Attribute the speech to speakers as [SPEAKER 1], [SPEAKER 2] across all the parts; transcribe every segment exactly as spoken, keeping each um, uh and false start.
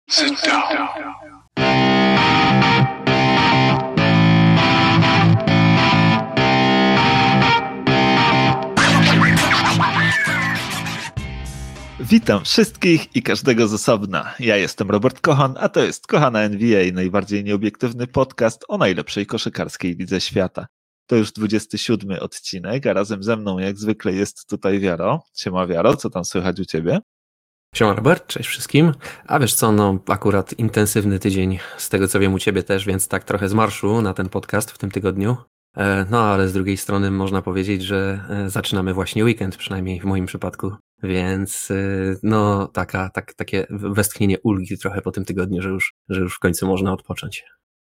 [SPEAKER 1] Sit down.
[SPEAKER 2] Witam wszystkich i każdego z osobna. Ja jestem Robert Kochan, a to jest Kochana N B A, najbardziej nieobiektywny podcast o najlepszej koszykarskiej lidze świata. To już dwudziesty siódmy odcinek, a razem ze mną jak zwykle jest tutaj Wiaro. Siema Wiaro, co tam słychać u ciebie?
[SPEAKER 3] Siema Robert, cześć wszystkim. A wiesz co, no akurat intensywny tydzień, z tego co wiem u ciebie też, więc tak trochę z marszu na ten podcast w tym tygodniu. No ale z drugiej strony można powiedzieć, że zaczynamy właśnie weekend, przynajmniej w moim przypadku. Więc no taka, tak, takie westchnienie ulgi trochę po tym tygodniu, że już, że już w końcu można odpocząć.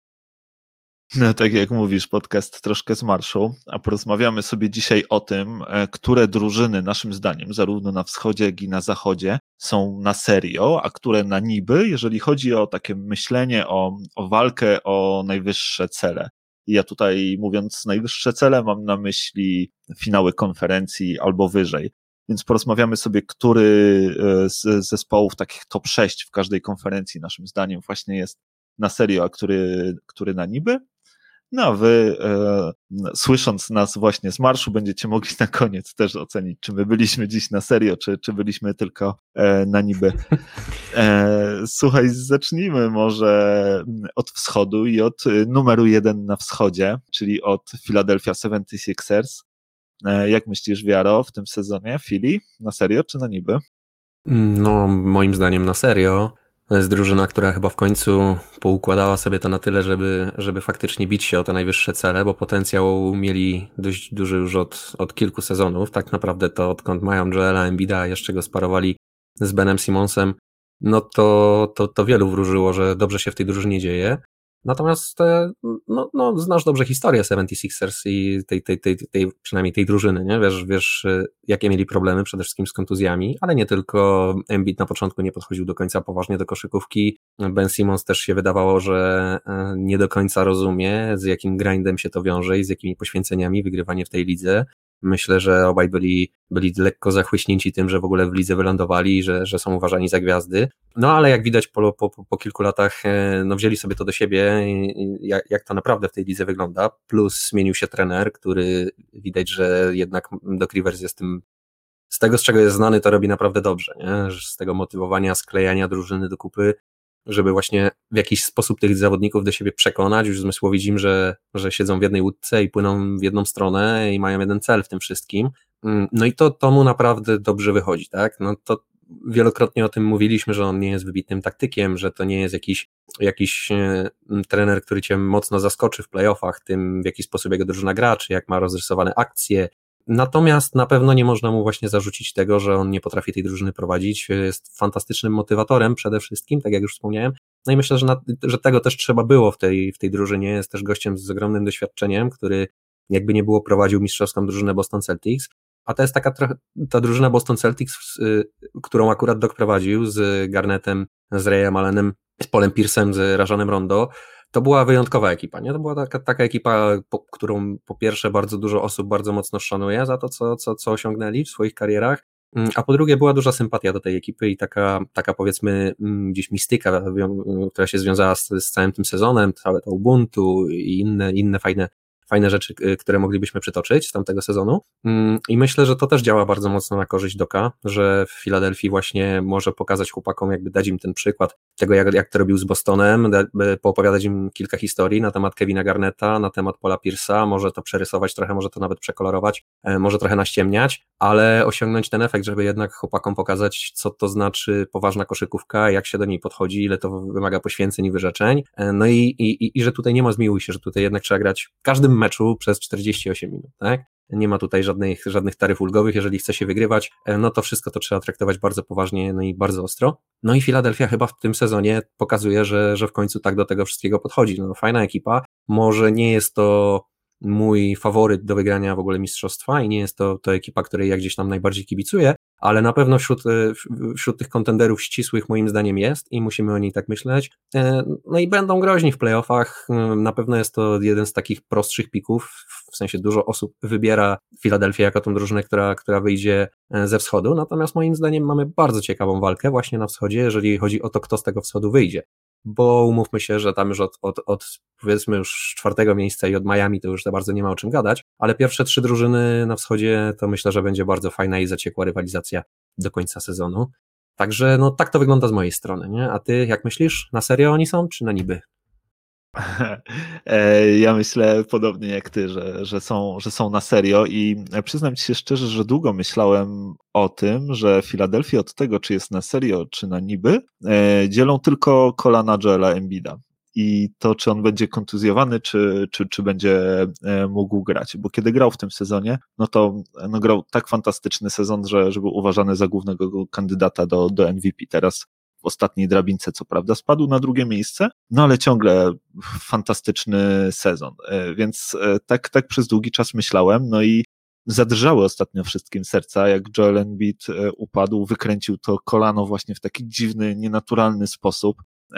[SPEAKER 2] No tak jak mówisz, podcast troszkę z marszu, a porozmawiamy sobie dzisiaj o tym, które drużyny naszym zdaniem, zarówno na wschodzie, jak i na zachodzie, są na serio, a które na niby, jeżeli chodzi o takie myślenie, o, o walkę o najwyższe cele. I ja tutaj mówiąc najwyższe cele mam na myśli finały konferencji albo wyżej. Więc porozmawiamy sobie, który z zespołów takich top sześć w każdej konferencji naszym zdaniem właśnie jest na serio, a który, który na niby. No a wy, e, słysząc nas właśnie z marszu, będziecie mogli na koniec też ocenić, czy my byliśmy dziś na serio, czy, czy byliśmy tylko e, na niby. E, słuchaj, zacznijmy może od wschodu i od numeru jeden na wschodzie, czyli od Philadelphia seventy-sixers. E, jak myślisz, Wiaro, w tym sezonie? Philly? Na serio, czy na niby?
[SPEAKER 3] No, moim zdaniem na serio. To jest drużyna, która chyba w końcu poukładała sobie to na tyle, żeby, żeby faktycznie bić się o te najwyższe cele, bo potencjał mieli dość duży już od, od kilku sezonów. Tak naprawdę to odkąd mają Joela Embida, jeszcze go sparowali z Benem Simmonsem, no to, to, to wielu wróżyło, że dobrze się w tej drużynie dzieje. Natomiast no, no, znasz dobrze historię seventy-sixers i tej, tej, tej, tej, przynajmniej tej drużyny, nie? Wiesz, wiesz, jakie mieli problemy przede wszystkim z kontuzjami, ale nie tylko. Embiid na początku nie podchodził do końca poważnie do koszykówki. Ben Simmons też się wydawało, że nie do końca rozumie, z jakim grindem się to wiąże i z jakimi poświęceniami wygrywanie w tej lidze. Myślę, że obaj byli, byli lekko zachłyśnięci tym, że w ogóle w lidze wylądowali, że, że są uważani za gwiazdy. No ale jak widać po, po, po kilku latach, no wzięli sobie to do siebie, jak, jak to naprawdę w tej lidze wygląda. Plus zmienił się trener, który widać, że jednak Doc Rivers jest tym, z tego z czego jest znany, to robi naprawdę dobrze, nie? Z tego motywowania, sklejania drużyny do kupy, żeby właśnie w jakiś sposób tych zawodników do siebie przekonać, już zmysłowić im, że, że siedzą w jednej łódce i płyną w jedną stronę i mają jeden cel w tym wszystkim. No i to, to mu naprawdę dobrze wychodzi, tak? No to wielokrotnie o tym mówiliśmy, że on nie jest wybitnym taktykiem, że to nie jest jakiś, jakiś trener, który cię mocno zaskoczy w playoffach tym, w jaki sposób jego drużyna gra, czy jak ma rozrysowane akcje. Natomiast na pewno nie można mu właśnie zarzucić tego, że on nie potrafi tej drużyny prowadzić, jest fantastycznym motywatorem przede wszystkim, tak jak już wspomniałem, no i myślę, że, na, że tego też trzeba było w tej, w tej drużynie, jest też gościem z ogromnym doświadczeniem, który jakby nie było prowadził mistrzowską drużynę Boston Celtics, a to jest taka trochę, ta drużyna Boston Celtics, y, którą akurat Doc prowadził z Garnettem, z Rayem Allenem, z Paulem Pierce'em, z Rajonem Rondo. To była wyjątkowa ekipa, nie? To była taka, taka ekipa, po, którą po pierwsze bardzo dużo osób bardzo mocno szanuje za to, co, co, co osiągnęli w swoich karierach, a po drugie była duża sympatia do tej ekipy i taka, taka powiedzmy gdzieś mistyka, która się związała z, z całym tym sezonem, całe to Ubuntu i inne, inne fajne fajne rzeczy, które moglibyśmy przytoczyć z tamtego sezonu i myślę, że to też działa bardzo mocno na korzyść Doka, że w Filadelfii właśnie może pokazać chłopakom, jakby dać im ten przykład tego, jak, jak to robił z Bostonem, da, poopowiadać im kilka historii na temat Kevina Garnetta, na temat Paula Pierce'a, może to przerysować trochę, może to nawet przekolorować, może trochę naściemniać, ale osiągnąć ten efekt, żeby jednak chłopakom pokazać, co to znaczy poważna koszykówka, jak się do niej podchodzi, ile to wymaga poświęceń i wyrzeczeń, no i, i, i, i że tutaj nie ma zmiłuj się, że tutaj jednak trzeba grać w każdym meczu przez czterdzieści osiem minut, tak? Nie ma tutaj żadnych, żadnych taryf ulgowych, jeżeli chce się wygrywać, no to wszystko to trzeba traktować bardzo poważnie, no i bardzo ostro. No i Philadelphia chyba w tym sezonie pokazuje, że, że w końcu tak do tego wszystkiego podchodzi. No fajna ekipa, może nie jest to mój faworyt do wygrania w ogóle mistrzostwa i nie jest to, to ekipa, której ja gdzieś tam najbardziej kibicuję, ale na pewno wśród, wśród tych kontenderów ścisłych moim zdaniem jest i musimy o niej tak myśleć. No i będą groźni w playoffach, na pewno jest to jeden z takich prostszych pików, w sensie dużo osób wybiera Filadelfię jako tą drużynę, która, która wyjdzie ze wschodu, natomiast moim zdaniem mamy bardzo ciekawą walkę właśnie na wschodzie, jeżeli chodzi o to, kto z tego wschodu wyjdzie, bo umówmy się, że tam już od, od, od powiedzmy już czwartego miejsca i od Miami to już za bardzo nie ma o czym gadać, ale pierwsze trzy drużyny na wschodzie to myślę, że będzie bardzo fajna i zaciekła rywalizacja do końca sezonu. Także no tak to wygląda z mojej strony, nie? A ty jak myślisz? Na serio oni są, czy na niby?
[SPEAKER 2] Ja myślę podobnie jak ty, że, że, są, że są na serio i przyznam ci się szczerze, że długo myślałem o tym, że Filadelfię od tego, czy jest na serio, czy na niby, dzielą tylko kolana Joela Embida i to, czy on będzie kontuzjowany, czy, czy, czy będzie mógł grać, bo kiedy grał w tym sezonie, no to no grał tak fantastyczny sezon, że, że był uważany za głównego kandydata do, do M V P. Teraz w ostatniej drabince, co prawda, spadł na drugie miejsce, no ale ciągle fantastyczny sezon, więc tak, tak przez długi czas myślałem, no i zadrżały ostatnio wszystkim serca, jak Joel Embiid upadł, wykręcił to kolano właśnie w taki dziwny, nienaturalny sposób.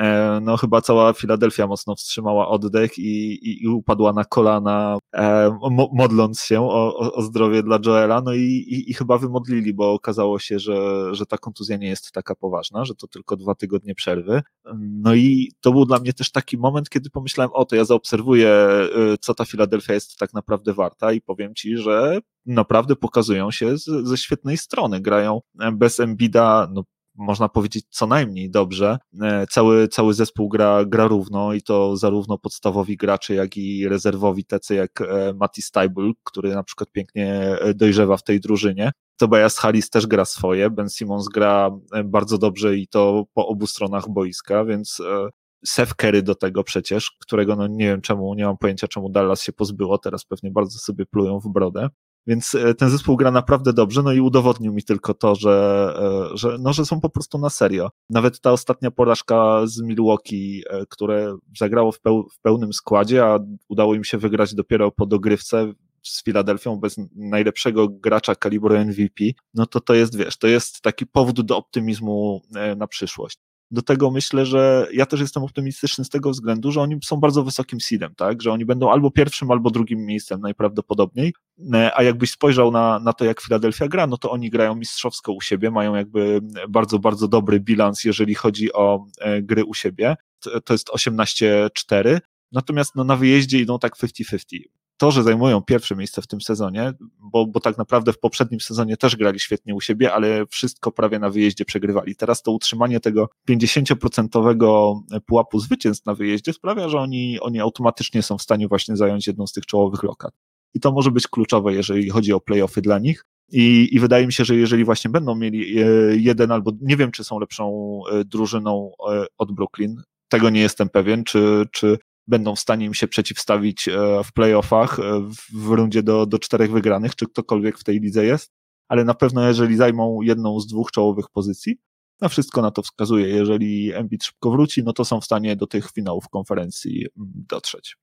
[SPEAKER 2] No chyba cała Filadelfia mocno wstrzymała oddech i, i, i upadła na kolana, e, mo, modląc się o, o, o zdrowie dla Joela, no i, i, i chyba wymodlili, bo okazało się, że, że ta kontuzja nie jest taka poważna, że to tylko dwa tygodnie przerwy. No i to był dla mnie też taki moment, kiedy pomyślałem, o to ja zaobserwuję, co ta Filadelfia jest tak naprawdę warta i powiem ci, że naprawdę pokazują się z, ze świetnej strony, grają bez Embida, no można powiedzieć co najmniej dobrze. Cały, cały zespół gra, gra równo i to zarówno podstawowi gracze, jak i rezerwowi tacy jak Matisse Thybulle, który na przykład pięknie dojrzewa w tej drużynie. Tobias Harris też gra swoje, Ben Simmons gra bardzo dobrze i to po obu stronach boiska, więc Seth Curry do tego przecież, którego no nie wiem czemu, nie mam pojęcia czemu Dallas się pozbyło, teraz pewnie bardzo sobie plują w brodę. Więc ten zespół gra naprawdę dobrze, no i udowodnił mi tylko to, że, że, no, że są po prostu na serio. Nawet ta ostatnia porażka z Milwaukee, które zagrało w, peł, w pełnym składzie, a udało im się wygrać dopiero po dogrywce z Filadelfią bez najlepszego gracza kalibru M V P, no to to jest, wiesz, to jest taki powód do optymizmu na przyszłość. Do tego myślę, że ja też jestem optymistyczny z tego względu, że oni są bardzo wysokim seedem, tak, że oni będą albo pierwszym, albo drugim miejscem najprawdopodobniej, a jakbyś spojrzał na, na to, jak Filadelfia gra, no to oni grają mistrzowsko u siebie, mają jakby bardzo, bardzo dobry bilans, jeżeli chodzi o gry u siebie, to jest osiemnaście cztery, natomiast no, na wyjeździe idą tak pięćdziesiąt pięćdziesiąt. To, że zajmują pierwsze miejsce w tym sezonie, bo, bo tak naprawdę w poprzednim sezonie też grali świetnie u siebie, ale wszystko prawie na wyjeździe przegrywali. Teraz to utrzymanie tego pięćdziesięcioprocentowego pułapu zwycięstw na wyjeździe sprawia, że oni, oni automatycznie są w stanie właśnie zająć jedną z tych czołowych lokat. I to może być kluczowe, jeżeli chodzi o play-offy dla nich. I, I wydaje mi się, że jeżeli właśnie będą mieli jeden albo nie wiem, czy są lepszą drużyną od Brooklyn, tego nie jestem pewien, czy, czy będą w stanie im się przeciwstawić w playoffach w rundzie do, do czterech wygranych, czy ktokolwiek w tej lidze jest, ale na pewno jeżeli zajmą jedną z dwóch czołowych pozycji, no wszystko na to wskazuje, jeżeli Embiid szybko wróci, no to są w stanie do tych finałów konferencji dotrzeć.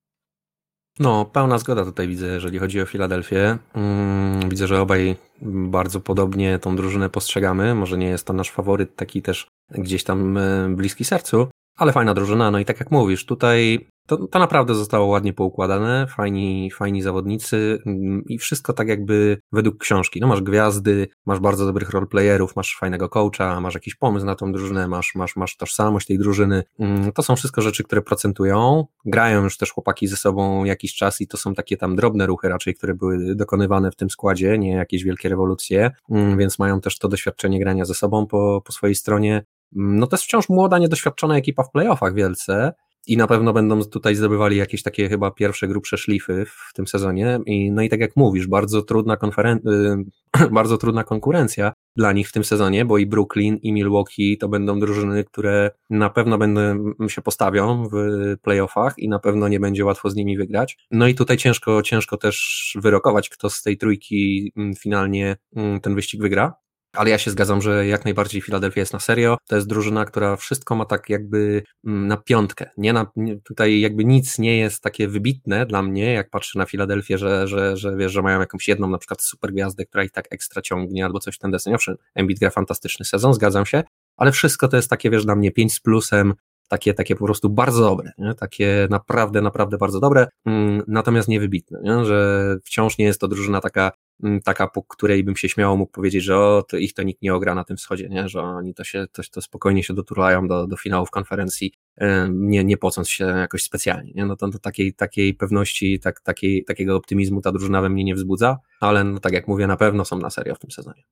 [SPEAKER 3] No, pełna zgoda tutaj widzę, jeżeli chodzi o Filadelfię. Hmm, widzę, że obaj bardzo podobnie tą drużynę postrzegamy, może nie jest to nasz faworyt, taki też gdzieś tam bliski sercu, ale fajna drużyna, no i tak jak mówisz, tutaj to, to naprawdę zostało ładnie poukładane, fajni, fajni zawodnicy i wszystko tak jakby według książki. No masz gwiazdy, masz bardzo dobrych roleplayerów, masz fajnego coacha, masz jakiś pomysł na tą drużynę, masz, masz, masz tożsamość tej drużyny. To są wszystko rzeczy, które procentują. Grają już też chłopaki ze sobą jakiś czas i to są takie tam drobne ruchy raczej, które były dokonywane w tym składzie, nie jakieś wielkie rewolucje, więc mają też to doświadczenie grania ze sobą po, po swojej stronie. No to jest wciąż młoda, niedoświadczona ekipa w playoffach wielce i na pewno będą tutaj zdobywali jakieś takie chyba pierwsze grubsze szlify w tym sezonie i no i tak jak mówisz, bardzo trudna konferen- bardzo trudna konkurencja dla nich w tym sezonie, bo i Brooklyn i Milwaukee to będą drużyny, które na pewno będą się postawią w playoffach i na pewno nie będzie łatwo z nimi wygrać. No i tutaj ciężko, ciężko też wyrokować, kto z tej trójki finalnie ten wyścig wygra. Ale ja się zgadzam, że jak najbardziej Philadelphia jest na serio. To jest drużyna, która wszystko ma tak jakby na piątkę. Nie na, nie, tutaj jakby nic nie jest takie wybitne dla mnie, jak patrzę na Filadelfię, że, że, że wiesz, że mają jakąś jedną na przykład super gwiazdę, która ich tak ekstra ciągnie, albo coś w ten deseń. Owszem, Embiid gra fantastyczny sezon, zgadzam się, ale wszystko to jest takie, wiesz, dla mnie pięć z plusem, takie, takie po prostu bardzo dobre, nie? Takie naprawdę, naprawdę bardzo dobre, mm, natomiast niewybitne, nie? Że wciąż nie jest to drużyna taka, taka, po której bym się śmiało mógł powiedzieć, że o, to ich to nikt nie ogra na tym wschodzie, nie? Że oni to się, to, to spokojnie się doturlają do, do finałów konferencji, nie, nie pocąc się jakoś specjalnie, nie? No to, to takiej, takiej pewności, tak, takiej, takiego optymizmu ta drużyna we mnie nie wzbudza, ale no, tak jak mówię, na pewno są na serio w tym sezonie.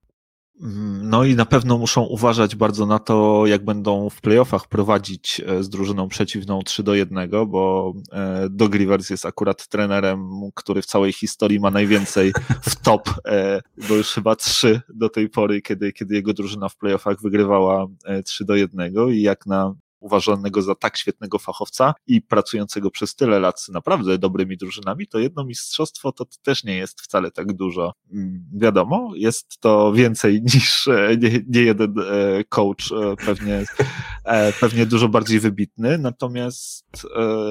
[SPEAKER 2] No i na pewno muszą uważać bardzo na to, jak będą w playoffach prowadzić z drużyną przeciwną trzy do jednego, bo Doc Rivers jest akurat trenerem, który w całej historii ma najwięcej w top, bo już chyba trzy do tej pory, kiedy, kiedy jego drużyna w playoffach wygrywała trzy do jednego i jak na uważanego za tak świetnego fachowca i pracującego przez tyle lat z naprawdę dobrymi drużynami, to jedno mistrzostwo to też nie jest wcale tak dużo. Wiadomo, jest to więcej niż nie, nie jeden coach, pewnie, pewnie dużo bardziej wybitny, natomiast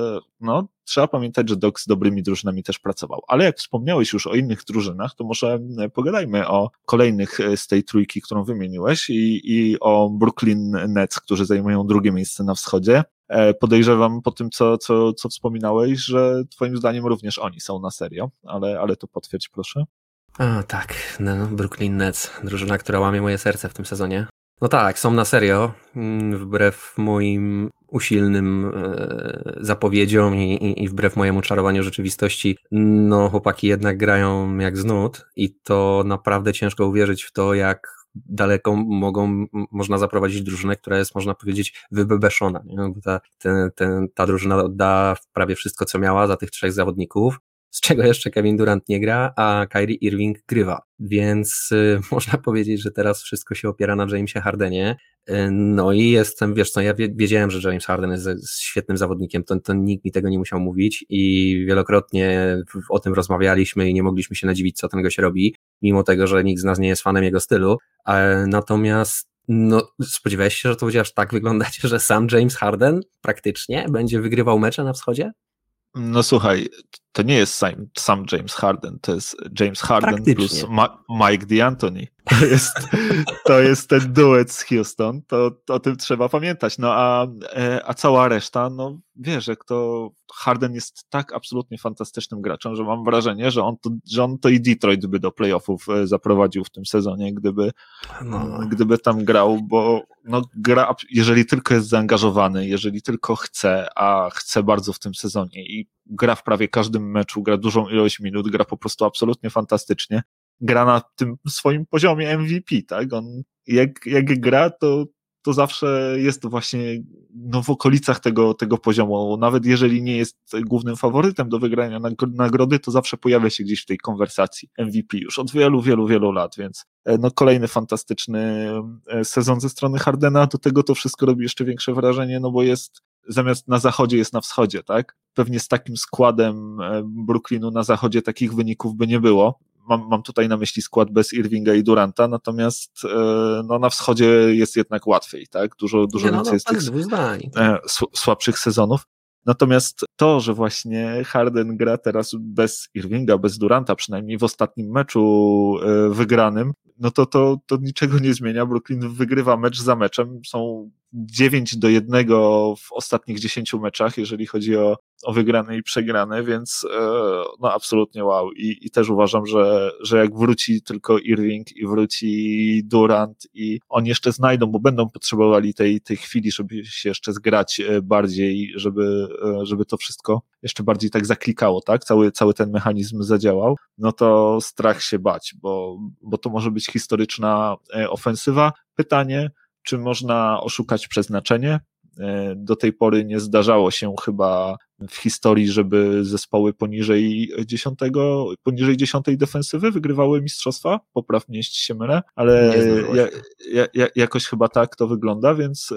[SPEAKER 2] no, trzeba pamiętać, że Doc z dobrymi drużynami też pracował. Ale jak wspomniałeś już o innych drużynach, to może pogadajmy o kolejnych z tej trójki, którą wymieniłeś i, i o Brooklyn Nets, którzy zajmują drugie miejsce na wschodzie. Podejrzewam po tym, co, co, co wspominałeś, że twoim zdaniem również oni są na serio, ale, ale to potwierdź proszę.
[SPEAKER 3] A, tak, no, Brooklyn Nets, drużyna, która łamie moje serce w tym sezonie. No tak, są na serio, wbrew moim usilnym e, zapowiedziom i, i, i wbrew mojemu czarowaniu rzeczywistości, no chłopaki jednak grają jak z nut i to naprawdę ciężko uwierzyć w to, jak daleko mogą, można zaprowadzić drużynę, która jest, można powiedzieć, wybebeszona. Nie? Bo ta, ten, ten, ta drużyna odda prawie wszystko, co miała za tych trzech zawodników, z czego jeszcze Kevin Durant nie gra, a Kyrie Irving grywa. Więc y, można powiedzieć, że teraz wszystko się opiera na Jamesie Hardenie. Y, no i jestem, wiesz co, ja wiedziałem, że James Harden jest, jest świetnym zawodnikiem, to, to nikt mi tego nie musiał mówić i wielokrotnie o tym rozmawialiśmy i nie mogliśmy się nadziwić, co ten gość robi, mimo tego, że nikt z nas nie jest fanem jego stylu. E, natomiast no, spodziewałeś się, że to będzie aż tak wyglądać, że sam James Harden praktycznie będzie wygrywał mecze na wschodzie?
[SPEAKER 2] No słuchaj, to nie jest sam, sam James Harden, to jest James Harden plus Ma- Mike D'Antoni. To jest, to jest ten duet z Houston, to, to o tym trzeba pamiętać. No a, a cała reszta, no wiesz, jak to Harden jest tak absolutnie fantastycznym graczem, że mam wrażenie, że on to, że on to i Detroit by do playoffów zaprowadził w tym sezonie, gdyby, no. gdyby tam grał, bo no, gra, jeżeli tylko jest zaangażowany, jeżeli tylko chce, a chce bardzo w tym sezonie i gra w prawie każdym meczu, gra dużą ilość minut, gra po prostu absolutnie fantastycznie, gra na tym swoim poziomie M V P, tak? On jak, jak gra, to, to zawsze jest właśnie no, w okolicach tego, tego poziomu. Nawet jeżeli nie jest głównym faworytem do wygrania nagrody, to zawsze pojawia się gdzieś w tej konwersacji M V P już od wielu, wielu, wielu lat, więc no, kolejny fantastyczny sezon ze strony Hardena. Do tego to wszystko robi jeszcze większe wrażenie, no bo jest zamiast na zachodzie jest na wschodzie, tak? Pewnie z takim składem Brooklynu na zachodzie takich wyników by nie było. Mam, mam tutaj na myśli skład bez Irvinga i Duranta, natomiast no, na wschodzie jest jednak łatwiej, tak? Dużo, dużo
[SPEAKER 3] nie, no,
[SPEAKER 2] więcej
[SPEAKER 3] no,
[SPEAKER 2] jest tych
[SPEAKER 3] zdań.
[SPEAKER 2] słabszych sezonów. Natomiast to, że właśnie Harden gra teraz bez Irvinga, bez Duranta, przynajmniej w ostatnim meczu wygranym, no to, to, to niczego nie zmienia. Brooklyn wygrywa mecz za meczem. Są dziewięć do jednego w ostatnich dziesięciu meczach, jeżeli chodzi o, o wygrane i przegrane, więc no absolutnie wow. I, i też uważam, że, że jak wróci tylko Irving i wróci Durant i oni jeszcze znajdą, bo będą potrzebowali tej, tej chwili, żeby się jeszcze zgrać bardziej, żeby, żeby to wszystko jeszcze bardziej tak zaklikało, tak? Cały, cały ten mechanizm zadziałał, no to strach się bać, bo, bo to może być historyczna ofensywa. Pytanie, czy można oszukać przeznaczenie? do tej pory nie zdarzało się chyba w historii, żeby zespoły poniżej dziesiątego, poniżej dziesiątej defensywy wygrywały mistrzostwa, popraw mnie, jeśli się mylę, ale ja, ja, ja, jakoś chyba tak to wygląda, więc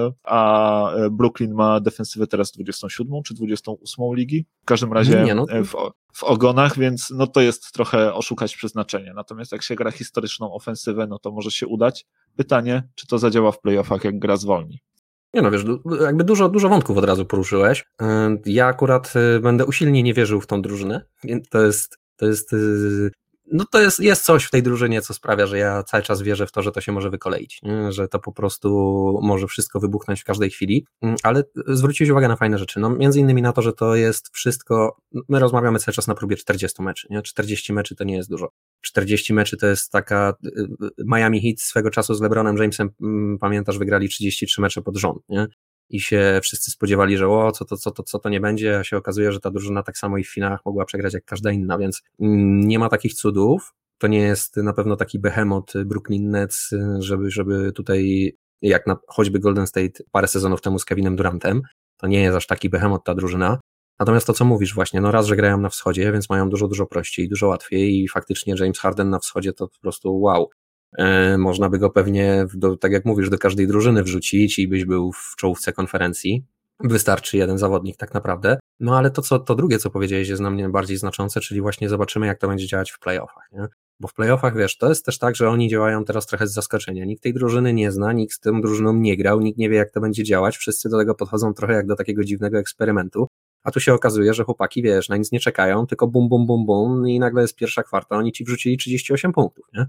[SPEAKER 2] a Brooklyn ma defensywę teraz dwudziestą siódmą czy dwudziestą ósmą ligi, w każdym razie nie, no to... w, w ogonach, więc no to jest trochę oszukać przeznaczenie, natomiast jak się gra historyczną ofensywę, no to może się udać. Pytanie, czy to zadziała w playoffach, jak gra zwolni.
[SPEAKER 3] Nie no, wiesz, jakby dużo, dużo wątków od razu poruszyłeś. Ja akurat będę usilnie nie wierzył w tą drużynę. To jest, to jest, no to jest, jest coś w tej drużynie, co sprawia, że ja cały czas wierzę w to, że to się może wykoleić, nie? Że to po prostu może wszystko wybuchnąć w każdej chwili, ale zwróciłeś uwagę na fajne rzeczy, no między innymi na to, że to jest wszystko, my rozmawiamy cały czas na próbie czterdziestu meczy, nie? czterdzieści meczy to nie jest dużo. czterdzieści meczy to jest taka, Miami Heat swego czasu z LeBronem Jamesem, pamiętasz, wygrali trzydzieści trzy mecze pod rząd, nie? I się wszyscy spodziewali, że o, co to, co to, co to nie będzie, a się okazuje, że ta drużyna tak samo i w finałach mogła przegrać jak każda inna, więc nie ma takich cudów, to nie jest na pewno taki behemoth Brooklyn Nets, żeby, żeby tutaj, jak na choćby Golden State parę sezonów temu z Kevinem Durantem, to nie jest aż taki behemoth ta drużyna. Natomiast to, co mówisz właśnie, no raz, że grają na wschodzie, więc mają dużo, dużo prościej, dużo łatwiej i faktycznie James Harden na wschodzie to po prostu wow. E, można by go pewnie, do, tak jak mówisz, do każdej drużyny wrzucić i byś był w czołówce konferencji. Wystarczy jeden zawodnik tak naprawdę. No ale to, co, to drugie, co powiedziałeś, jest dla mnie bardziej znaczące, czyli właśnie zobaczymy, jak to będzie działać w playoffach, nie? Bo w playoffach, wiesz, to jest też tak, że oni działają teraz trochę z zaskoczenia. Nikt tej drużyny nie zna, nikt z tą drużyną nie grał, nikt nie wie, jak to będzie działać. Wszyscy do tego podchodzą trochę jak do takiego dziwnego eksperymentu. A tu się okazuje, że chłopaki, wiesz, na nic nie czekają, tylko bum, bum, bum, bum i nagle jest pierwsza kwarta, oni ci wrzucili trzydzieści osiem punktów, nie?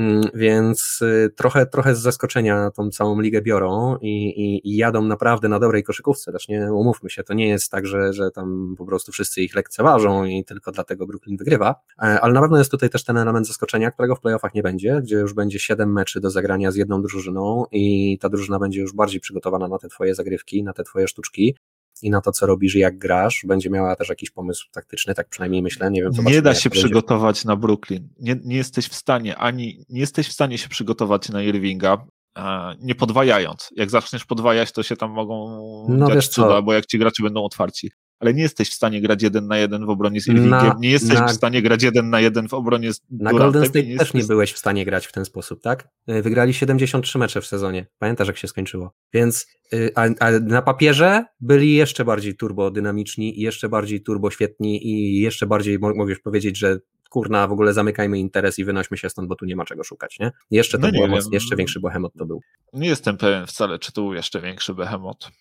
[SPEAKER 3] Więc trochę, trochę z zaskoczenia tą całą ligę biorą i, i, i jadą naprawdę na dobrej koszykówce, też nie umówmy się, to nie jest tak, że, że tam po prostu wszyscy ich lekceważą i tylko dlatego Brooklyn wygrywa, ale na pewno jest tutaj też ten element zaskoczenia, którego w playoffach nie będzie, gdzie już będzie siedem meczy do zagrania z jedną drużyną i ta drużyna będzie już bardziej przygotowana na te twoje zagrywki, na te twoje sztuczki i na to, co robisz i jak grasz, będzie miała też jakiś pomysł taktyczny, tak przynajmniej myślę, nie wiem.
[SPEAKER 2] Nie da się przygotować na Brooklyn, nie, nie jesteś w stanie, ani nie jesteś w stanie się przygotować na Irvinga, e, nie podwajając. Jak zaczniesz podwajać, to się tam mogą no dziać cuda, bo jak ci gracze będą otwarci. Ale nie jesteś w stanie grać jeden na jeden w obronie z Irvingiem, na, nie jesteś na, w stanie grać jeden na jeden w obronie z Durantem.
[SPEAKER 3] Na Golden State nie też nie byłeś w stanie grać w ten sposób, tak? Wygrali siedemdziesiąt trzy mecze w sezonie. Pamiętasz, jak się skończyło. Więc a, a na papierze byli jeszcze bardziej turbodynamiczni i jeszcze bardziej turboświetni i jeszcze bardziej mogłeś powiedzieć, że kurna, w ogóle zamykajmy interes i wynośmy się stąd, bo tu nie ma czego szukać, nie? Jeszcze to no było mocno, jeszcze większy behemoth to był.
[SPEAKER 2] Nie jestem pewien wcale, czy to był jeszcze większy behemoth.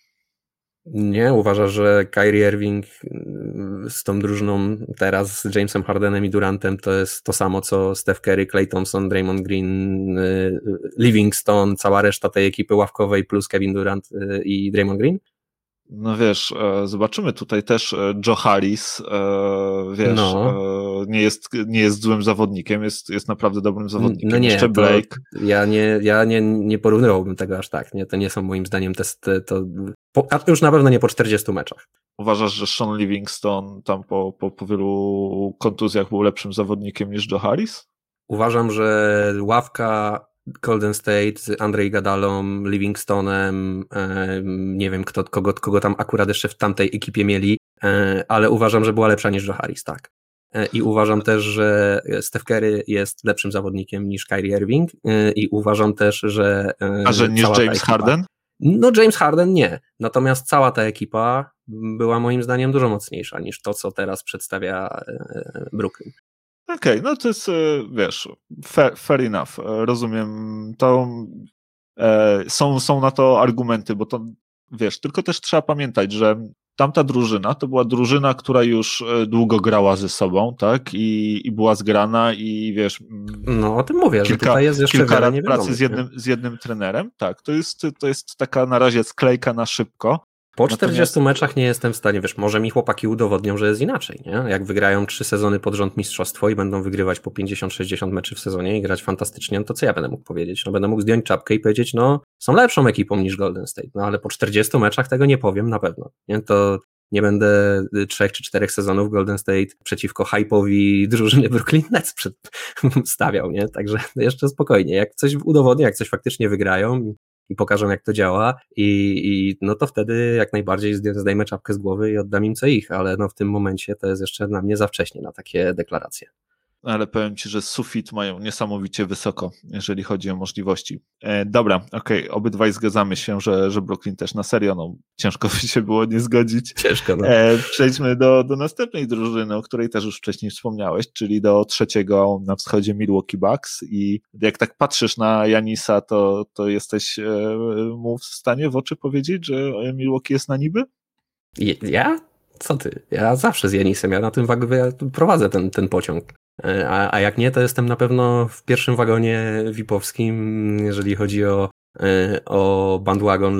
[SPEAKER 3] Nie, uważasz, że Kyrie Irving z tą drużyną teraz, z Jamesem Hardenem i Durantem to jest to samo, co Steph Curry, Klay Thompson, Draymond Green, Livingston, cała reszta tej ekipy ławkowej plus Kevin Durant i Draymond Green?
[SPEAKER 2] No wiesz, zobaczymy tutaj też Joe Harris, wiesz, no. nie, jest, nie jest złym zawodnikiem, jest, jest naprawdę dobrym zawodnikiem.
[SPEAKER 3] No nie,
[SPEAKER 2] jeszcze Blake.
[SPEAKER 3] Ja, nie, ja nie, nie porównywałbym tego aż tak, nie, to nie są moim zdaniem testy, to po, a już na pewno nie po czterdziestu meczach.
[SPEAKER 2] Uważasz, że Sean Livingston tam po, po, po wielu kontuzjach był lepszym zawodnikiem niż Joe Harris?
[SPEAKER 3] Uważam, że ławka Golden State z Andre Iguodalą, Livingstonem, e, nie wiem kto, kogo, kogo tam akurat jeszcze w tamtej ekipie mieli, e, ale uważam, że była lepsza niż Joe Harris, tak. E, I uważam też, że Steph Curry jest lepszym zawodnikiem niż Kyrie Irving e, i uważam też, że... E,
[SPEAKER 2] A że niż James ekipa, Harden?
[SPEAKER 3] No James Harden nie, natomiast cała ta ekipa była moim zdaniem dużo mocniejsza niż to, co teraz przedstawia e, Brooklyn.
[SPEAKER 2] Okej, okay, no to jest, wiesz, fair, fair enough, rozumiem, to e, są, są na to argumenty, bo to, wiesz, tylko też trzeba pamiętać, że tamta drużyna to była drużyna, która już długo grała ze sobą, tak, i, i była zgrana i wiesz...
[SPEAKER 3] No o tym mówię,
[SPEAKER 2] kilka,
[SPEAKER 3] że tutaj jest jeszcze
[SPEAKER 2] kilka lat
[SPEAKER 3] wiele
[SPEAKER 2] pracy z jednym, z jednym trenerem, tak, to jest, to jest taka na razie sklejka na szybko.
[SPEAKER 3] Po czterdziestu Natomiast... meczach nie jestem w stanie, wiesz, może mi chłopaki udowodnią, że jest inaczej, nie? Jak wygrają trzy sezony pod rząd mistrzostwo i będą wygrywać po pięćdziesiąt sześćdziesiąt meczy w sezonie i grać fantastycznie, no to co ja będę mógł powiedzieć? No będę mógł zdjąć czapkę i powiedzieć, no są lepszą ekipą niż Golden State, no ale po czterdziestu meczach tego nie powiem na pewno, nie? To nie będę trzech czy czterech sezonów Golden State przeciwko hype'owi drużyny Brooklyn Nets stawiał, nie? Także jeszcze spokojnie, jak coś udowodnię, jak coś faktycznie wygrają i pokażą, jak to działa i, i no to wtedy jak najbardziej zdejmę czapkę z głowy i oddam im co ich, ale no w tym momencie to jest jeszcze dla mnie za wcześnie na takie deklaracje.
[SPEAKER 2] Ale powiem Ci, że sufit mają niesamowicie wysoko, jeżeli chodzi o możliwości. E, dobra, okej, okay. Obydwaj zgadzamy się, że, że Brooklyn też na serio, no ciężko by się było nie zgodzić.
[SPEAKER 3] Ciężko, no.
[SPEAKER 2] E, przejdźmy do, do następnej drużyny, o której też już wcześniej wspomniałeś, czyli do trzeciego na wschodzie Milwaukee Bucks i jak tak patrzysz na Janisa, to, to jesteś e, mu w stanie w oczy powiedzieć, że Milwaukee jest na niby?
[SPEAKER 3] Ja? Co ty? Ja zawsze z Janisem, ja na tym wag- ja prowadzę ten, ten pociąg. A, a jak nie, to jestem na pewno w pierwszym wagonie V I P-owskim, jeżeli chodzi o, o bandwagon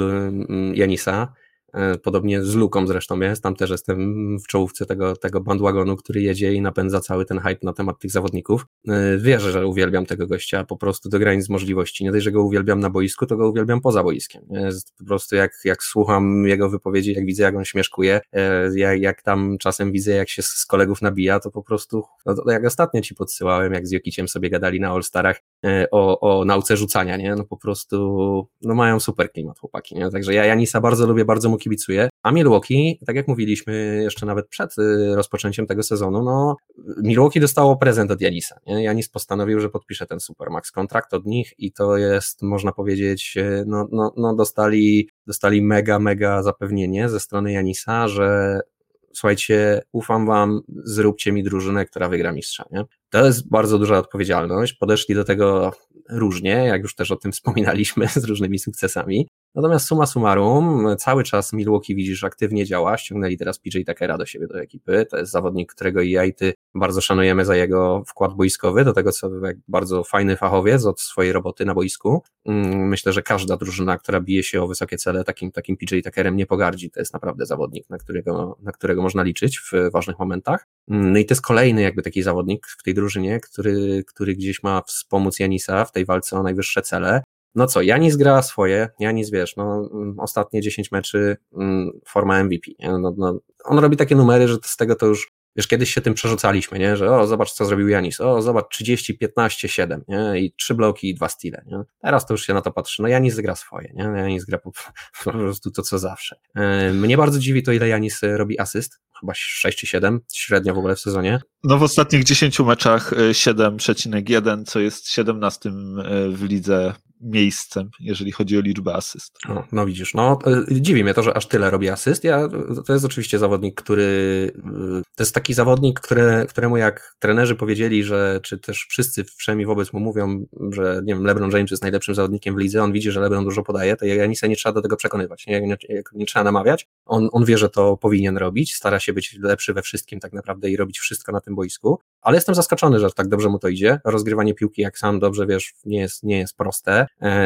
[SPEAKER 3] Janisa. Podobnie z Luką zresztą jest, tam też jestem w czołówce tego, tego bandwagonu, który jedzie i napędza cały ten hype na temat tych zawodników. Wierzę, że uwielbiam tego gościa po prostu do granic możliwości. Nie dość, że go uwielbiam na boisku, to go uwielbiam poza boiskiem. Jest po prostu jak, jak słucham jego wypowiedzi, jak widzę, jak on śmieszkuje, jak, jak tam czasem widzę, jak się z kolegów nabija, to po prostu, no to jak ostatnio ci podsyłałem, jak z Jokiciem sobie gadali na All-Starach o, o nauce rzucania, nie? No po prostu, no mają super klimat chłopaki, nie? Także ja Janisa bardzo lubię, bardzo mu kibicuję, a Milwaukee, tak jak mówiliśmy jeszcze nawet przed rozpoczęciem tego sezonu, no Milwaukee dostało prezent od Janisa, nie? Janis postanowił, że podpisze ten Supermax kontrakt od nich i to jest, można powiedzieć, no, no, no dostali, dostali mega, mega zapewnienie ze strony Janisa, że słuchajcie, ufam wam, zróbcie mi drużynę, która wygra mistrza, nie? To jest bardzo duża odpowiedzialność, podeszli do tego różnie, jak już też o tym wspominaliśmy, z różnymi sukcesami. Natomiast summa summarum, cały czas Milwaukee widzisz aktywnie działa, ściągnęli teraz P J Tuckera do siebie, do ekipy, to jest zawodnik, którego i ja i ty bardzo szanujemy za jego wkład boiskowy, do tego co jak bardzo fajny fachowiec od swojej roboty na boisku. Myślę, że każda drużyna, która bije się o wysokie cele, takim, takim P J Tuckerem nie pogardzi, to jest naprawdę zawodnik, na którego, na którego można liczyć w ważnych momentach. No i to jest kolejny jakby taki zawodnik w tej drużynie, który, który gdzieś ma wspomóc Janisa w tej walce o najwyższe cele. No co, Janis gra swoje, Janis wiesz, no ostatnie dziesięć meczy, forma M V P, nie? No, no, on robi takie numery, że z tego to już, wiesz, kiedyś się tym przerzucaliśmy, nie? Że o, zobacz co zrobił Janis, o, zobacz trzydzieści, piętnaście, siedem, nie? I trzy bloki i dwa steale, nie? Teraz to już się na to patrzy, no Janis gra swoje, nie? Janis gra po, po prostu to co zawsze. Mnie bardzo dziwi to, ile Janis robi asyst, chyba sześć czy siedem, średnio w ogóle w sezonie.
[SPEAKER 2] No w ostatnich dziesięciu meczach siedem przecinek jeden, co jest siedemnastym w lidze miejscem, jeżeli chodzi o liczbę asyst.
[SPEAKER 3] No, no widzisz, no dziwi mnie to, że aż tyle robi asyst. Ja, to jest oczywiście zawodnik, który, to jest taki zawodnik, który, któremu jak trenerzy powiedzieli, że, czy też wszyscy wszemi wobec mu mówią, że nie wiem, LeBron James jest najlepszym zawodnikiem w lidze, on widzi, że LeBron dużo podaje, to Janisa nie trzeba do tego przekonywać, nie, nie, nie trzeba namawiać, on, on wie, że to powinien robić, stara się być lepszy we wszystkim tak naprawdę i robić wszystko na tym boisku, ale jestem zaskoczony, że tak dobrze mu to idzie. Rozgrywanie piłki, jak sam dobrze wiesz, nie jest, nie jest proste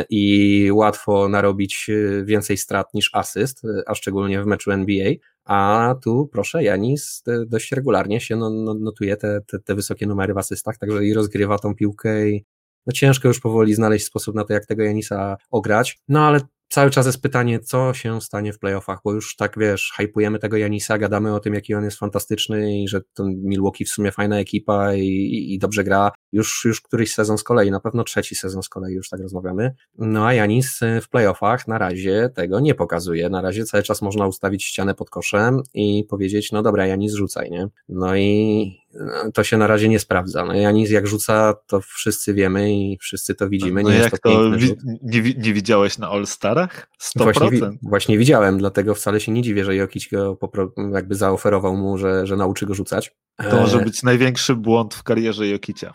[SPEAKER 3] i łatwo narobić więcej strat niż asyst, a szczególnie w meczu N B A, a tu proszę, Janis dość regularnie się notuje te, te, te wysokie numery w asystach, także i rozgrywa tą piłkę i no ciężko już powoli znaleźć sposób na to, jak tego Janisa ograć, no ale cały czas jest pytanie, co się stanie w playoffach, bo już tak wiesz, hypujemy tego Janisa, gadamy o tym, jaki on jest fantastyczny i że ten Milwaukee w sumie fajna ekipa i, i, i dobrze gra, już, już któryś sezon z kolei, na pewno trzeci sezon z kolei już tak rozmawiamy, no a Janis w playoffach na razie tego nie pokazuje, na razie cały czas można ustawić ścianę pod koszem i powiedzieć, no dobra, Janis rzucaj, nie? No i to się na razie nie sprawdza. No Janis jak rzuca, to wszyscy wiemy i wszyscy to widzimy.
[SPEAKER 2] No
[SPEAKER 3] nie
[SPEAKER 2] jak
[SPEAKER 3] jest to,
[SPEAKER 2] to wi- nie, nie widziałeś na All-Starach? sto procent.
[SPEAKER 3] Właśnie, właśnie widziałem, dlatego wcale się nie dziwię, że Jokic go popro- jakby zaoferował mu, że, że nauczy go rzucać.
[SPEAKER 2] To może być największy błąd w karierze Jokicia.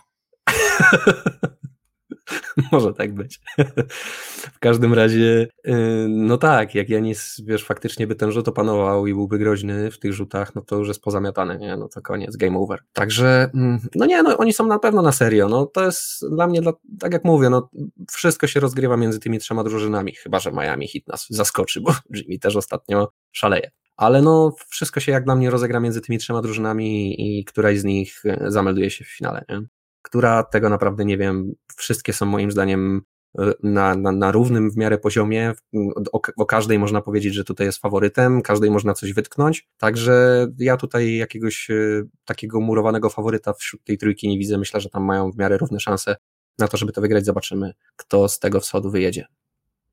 [SPEAKER 3] Może tak być. W każdym razie, no tak, jak Janis, wiesz, faktycznie by ten rzut opanował i byłby groźny w tych rzutach, no to już jest pozamiatane, nie? No to koniec, game over. Także, no nie, no oni są na pewno na serio, no to jest dla mnie, dla, tak jak mówię, no wszystko się rozgrywa między tymi trzema drużynami, chyba że Miami Heat nas zaskoczy, bo Jimmy też ostatnio szaleje. Ale no wszystko się jak dla mnie rozegra między tymi trzema drużynami i któraś z nich zamelduje się w finale, nie? Która tego naprawdę nie wiem, wszystkie są moim zdaniem na, na, na równym w miarę poziomie, o, o każdej można powiedzieć, że tutaj jest faworytem, każdej można coś wytknąć, także ja tutaj jakiegoś takiego murowanego faworyta wśród tej trójki nie widzę, myślę, że tam mają w miarę równe szanse na to, żeby to wygrać, zobaczymy, kto z tego wschodu wyjedzie.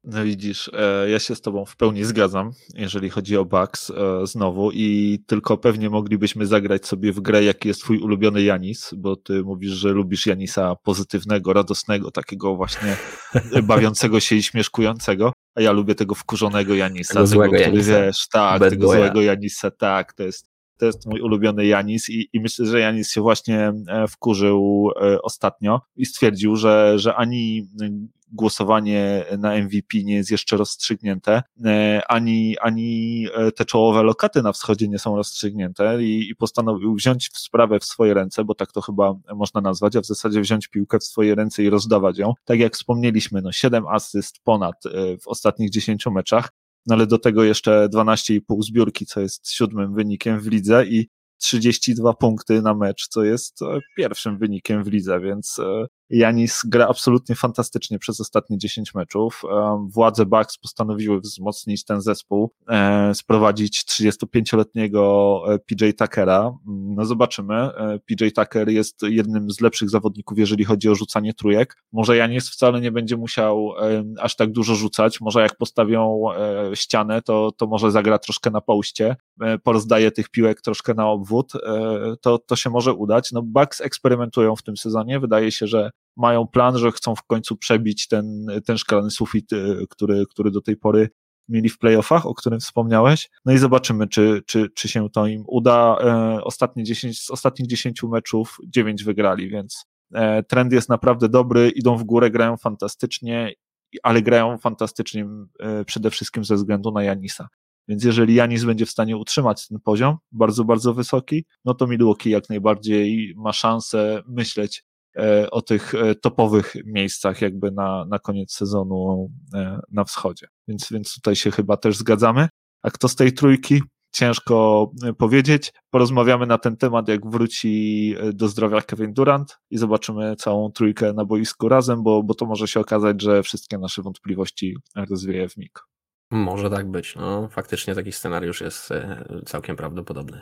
[SPEAKER 2] No widzisz, ja się z tobą w pełni zgadzam, jeżeli chodzi o Bucks znowu i tylko pewnie moglibyśmy zagrać sobie w grę, jaki jest twój ulubiony Janis, bo ty mówisz, że lubisz Janisa pozytywnego, radosnego, takiego właśnie bawiącego się i śmieszkującego, a ja lubię tego wkurzonego Janisa,
[SPEAKER 3] Tego
[SPEAKER 2] tego,
[SPEAKER 3] złego
[SPEAKER 2] który
[SPEAKER 3] Janisa.
[SPEAKER 2] wiesz, tak,
[SPEAKER 3] Bad
[SPEAKER 2] tego
[SPEAKER 3] boya.
[SPEAKER 2] złego Janisa, tak, to jest To jest mój ulubiony Janis i, i myślę, że Janis się właśnie wkurzył ostatnio i stwierdził, że, że ani głosowanie na M V P nie jest jeszcze rozstrzygnięte, ani, ani te czołowe lokaty na wschodzie nie są rozstrzygnięte i, i postanowił wziąć sprawę w swoje ręce, bo tak to chyba można nazwać, a w zasadzie wziąć piłkę w swoje ręce i rozdawać ją. Tak jak wspomnieliśmy, no siedem asyst ponad w ostatnich dziesięciu meczach, no ale do tego jeszcze dwanaście i pół zbiórki, co jest siódmym wynikiem w lidze i trzydzieści dwa punkty na mecz, co jest pierwszym wynikiem w lidze, więc Janis gra absolutnie fantastycznie przez ostatnie dziesięć meczów. Władze Bucks postanowiły wzmocnić ten zespół, sprowadzić trzydziestopięcioletniego P J Tuckera. No zobaczymy. P J Tucker jest jednym z lepszych zawodników, jeżeli chodzi o rzucanie trójek. Może Janis wcale nie będzie musiał aż tak dużo rzucać. Może jak postawią ścianę, to, to może zagra troszkę na poście, porozdaje tych piłek troszkę na obwód. To, to się może udać. No Bucks eksperymentują w tym sezonie. Wydaje się, że mają plan, że chcą w końcu przebić ten, ten szklany sufit, który, który do tej pory mieli w playoffach, o którym wspomniałeś. No i zobaczymy, czy, czy, czy się to im uda. Ostatnie dziesięć, z ostatnich dziesięciu meczów dziewięć wygrali, więc trend jest naprawdę dobry, idą w górę, grają fantastycznie, ale grają fantastycznie przede wszystkim ze względu na Janisa. Więc jeżeli Janis będzie w stanie utrzymać ten poziom, bardzo, bardzo wysoki, no to Milwaukee jak najbardziej ma szansę myśleć o tych topowych miejscach jakby na, na koniec sezonu na wschodzie. Więc, więc tutaj się chyba też zgadzamy. A kto z tej trójki? Ciężko powiedzieć. Porozmawiamy na ten temat, jak wróci do zdrowia Kevin Durant i zobaczymy całą trójkę na boisku razem, bo, bo to może się okazać, że wszystkie nasze wątpliwości rozwieje w mig.
[SPEAKER 3] Może tak być. No, faktycznie taki scenariusz jest całkiem prawdopodobny.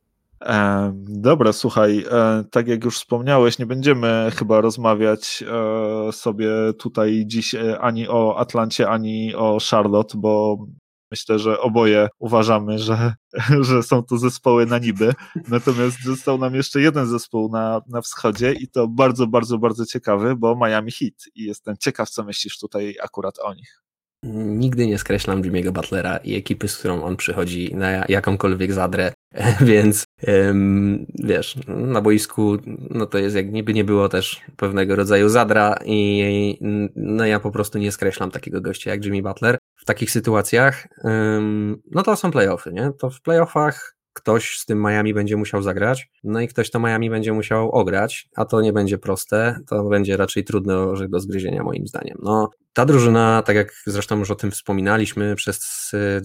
[SPEAKER 2] E, dobra, słuchaj, e, tak jak już wspomniałeś, nie będziemy chyba rozmawiać e, sobie tutaj dziś e, ani o Atlancie, ani o Charlotte, bo myślę, że oboje uważamy, że, że są to zespoły na niby. Natomiast został nam jeszcze jeden zespół na, na wschodzie i to bardzo, bardzo, bardzo ciekawy, bo Miami Heat i jestem ciekaw, co myślisz tutaj akurat o nich.
[SPEAKER 3] Nigdy nie skreślam Jimmy'ego Butlera i ekipy, z którą on przychodzi na jakąkolwiek zadrę, więc ym, wiesz, na boisku no to jest jak niby nie było też pewnego rodzaju zadra i no ja po prostu nie skreślam takiego gościa jak Jimmy Butler. W takich sytuacjach ym, no to są playoffy, nie? To w playoffach ktoś z tym Miami będzie musiał zagrać, no i ktoś to Miami będzie musiał ograć, a to nie będzie proste, to będzie raczej trudny orzech do zgryzienia moim zdaniem. No, ta drużyna, tak jak zresztą już o tym wspominaliśmy, przez y,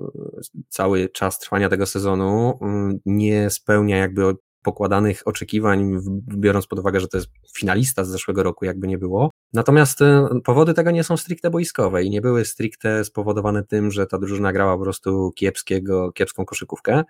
[SPEAKER 3] y, cały czas trwania tego sezonu y, nie spełnia jakby pokładanych oczekiwań, biorąc pod uwagę, że to jest finalista z zeszłego roku, jakby nie było. Natomiast powody tego nie są stricte boiskowe i nie były stricte spowodowane tym, że ta drużyna grała po prostu kiepskiego, kiepską koszykówkę,